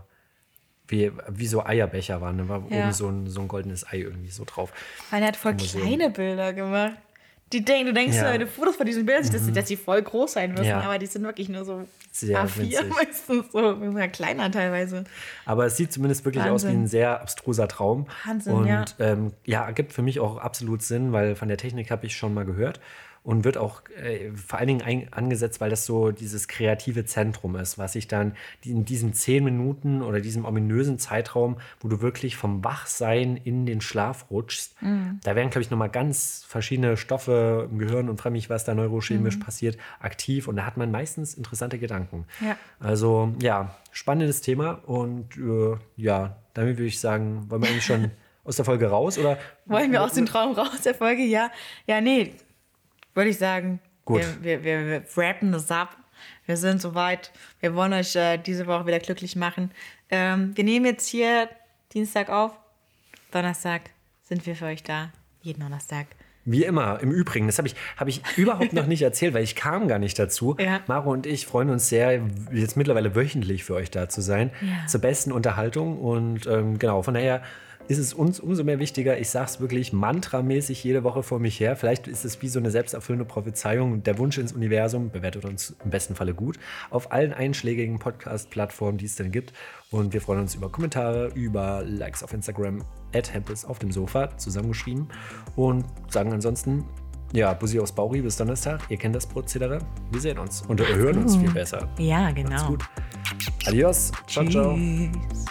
wie, wie so Eierbecher waren. Da war Ja. oben so ein, so ein goldenes Ei irgendwie so drauf. Weil er hat voll Museum. kleine Bilder gemacht. Die denk, du denkst, Ja. ja. wenn du Fotos von diesen Bildern siehst, dass, dass die voll groß sein müssen, Ja. aber die sind wirklich nur so Sehr A vier winzig. meistens, so ja, kleiner teilweise. Aber es sieht zumindest wirklich aus wie Wahnsinn. ein sehr abstruser Traum. Wahnsinn, und ja. ähm, ja, ergibt für mich auch absolut Sinn, weil von der Technik habe ich schon mal gehört und wird auch äh, vor allen Dingen ein, angesetzt, weil das so dieses kreative Zentrum ist, was sich dann in diesen zehn Minuten oder diesem ominösen Zeitraum, wo du wirklich vom Wachsein in den Schlaf rutschst, Mhm. da werden, glaube ich, nochmal ganz verschiedene Stoffe im Gehirn und frage mich, was da neurochemisch Mhm. passiert, aktiv und da hat man meistens interessante Gedanken. Ja. Also ja, spannendes Thema und äh, ja, damit würde ich sagen, wollen wir eigentlich schon aus der Folge raus oder? Wollen wir aus dem Traum raus der Folge? Ja, ja, nee, würde ich sagen. Gut. Wir, wir, wir, wir wrappen das ab. Wir sind soweit. Wir wollen euch äh, diese Woche wieder glücklich machen. Ähm, wir nehmen jetzt hier Dienstag auf. Donnerstag sind wir für euch da. Jeden Donnerstag. Wie immer, im Übrigen, das habe ich, hab ich überhaupt noch nicht erzählt, weil ich kam gar nicht dazu. Ja. Maro und ich freuen uns sehr, jetzt mittlerweile wöchentlich für euch da zu sein, Ja. zur besten Unterhaltung und ähm, genau, von daher ist es uns umso mehr wichtiger, ich sage es wirklich mantramäßig jede Woche vor mich her, vielleicht ist es wie so eine selbsterfüllende Prophezeiung, der Wunsch ins Universum, bewertet uns im besten Falle gut, auf allen einschlägigen Podcast-Plattformen, die es denn gibt. Und wir freuen uns über Kommentare, über Likes auf Instagram, at Hempels auf dem Sofa, zusammengeschrieben. Und sagen ansonsten, ja, Bussi aus Bauri bis Donnerstag. Ihr kennt das Prozedere. Wir sehen uns und hören uns viel besser. Ja, genau. Macht's gut. Adios. Ciao, ciao. Tschüss.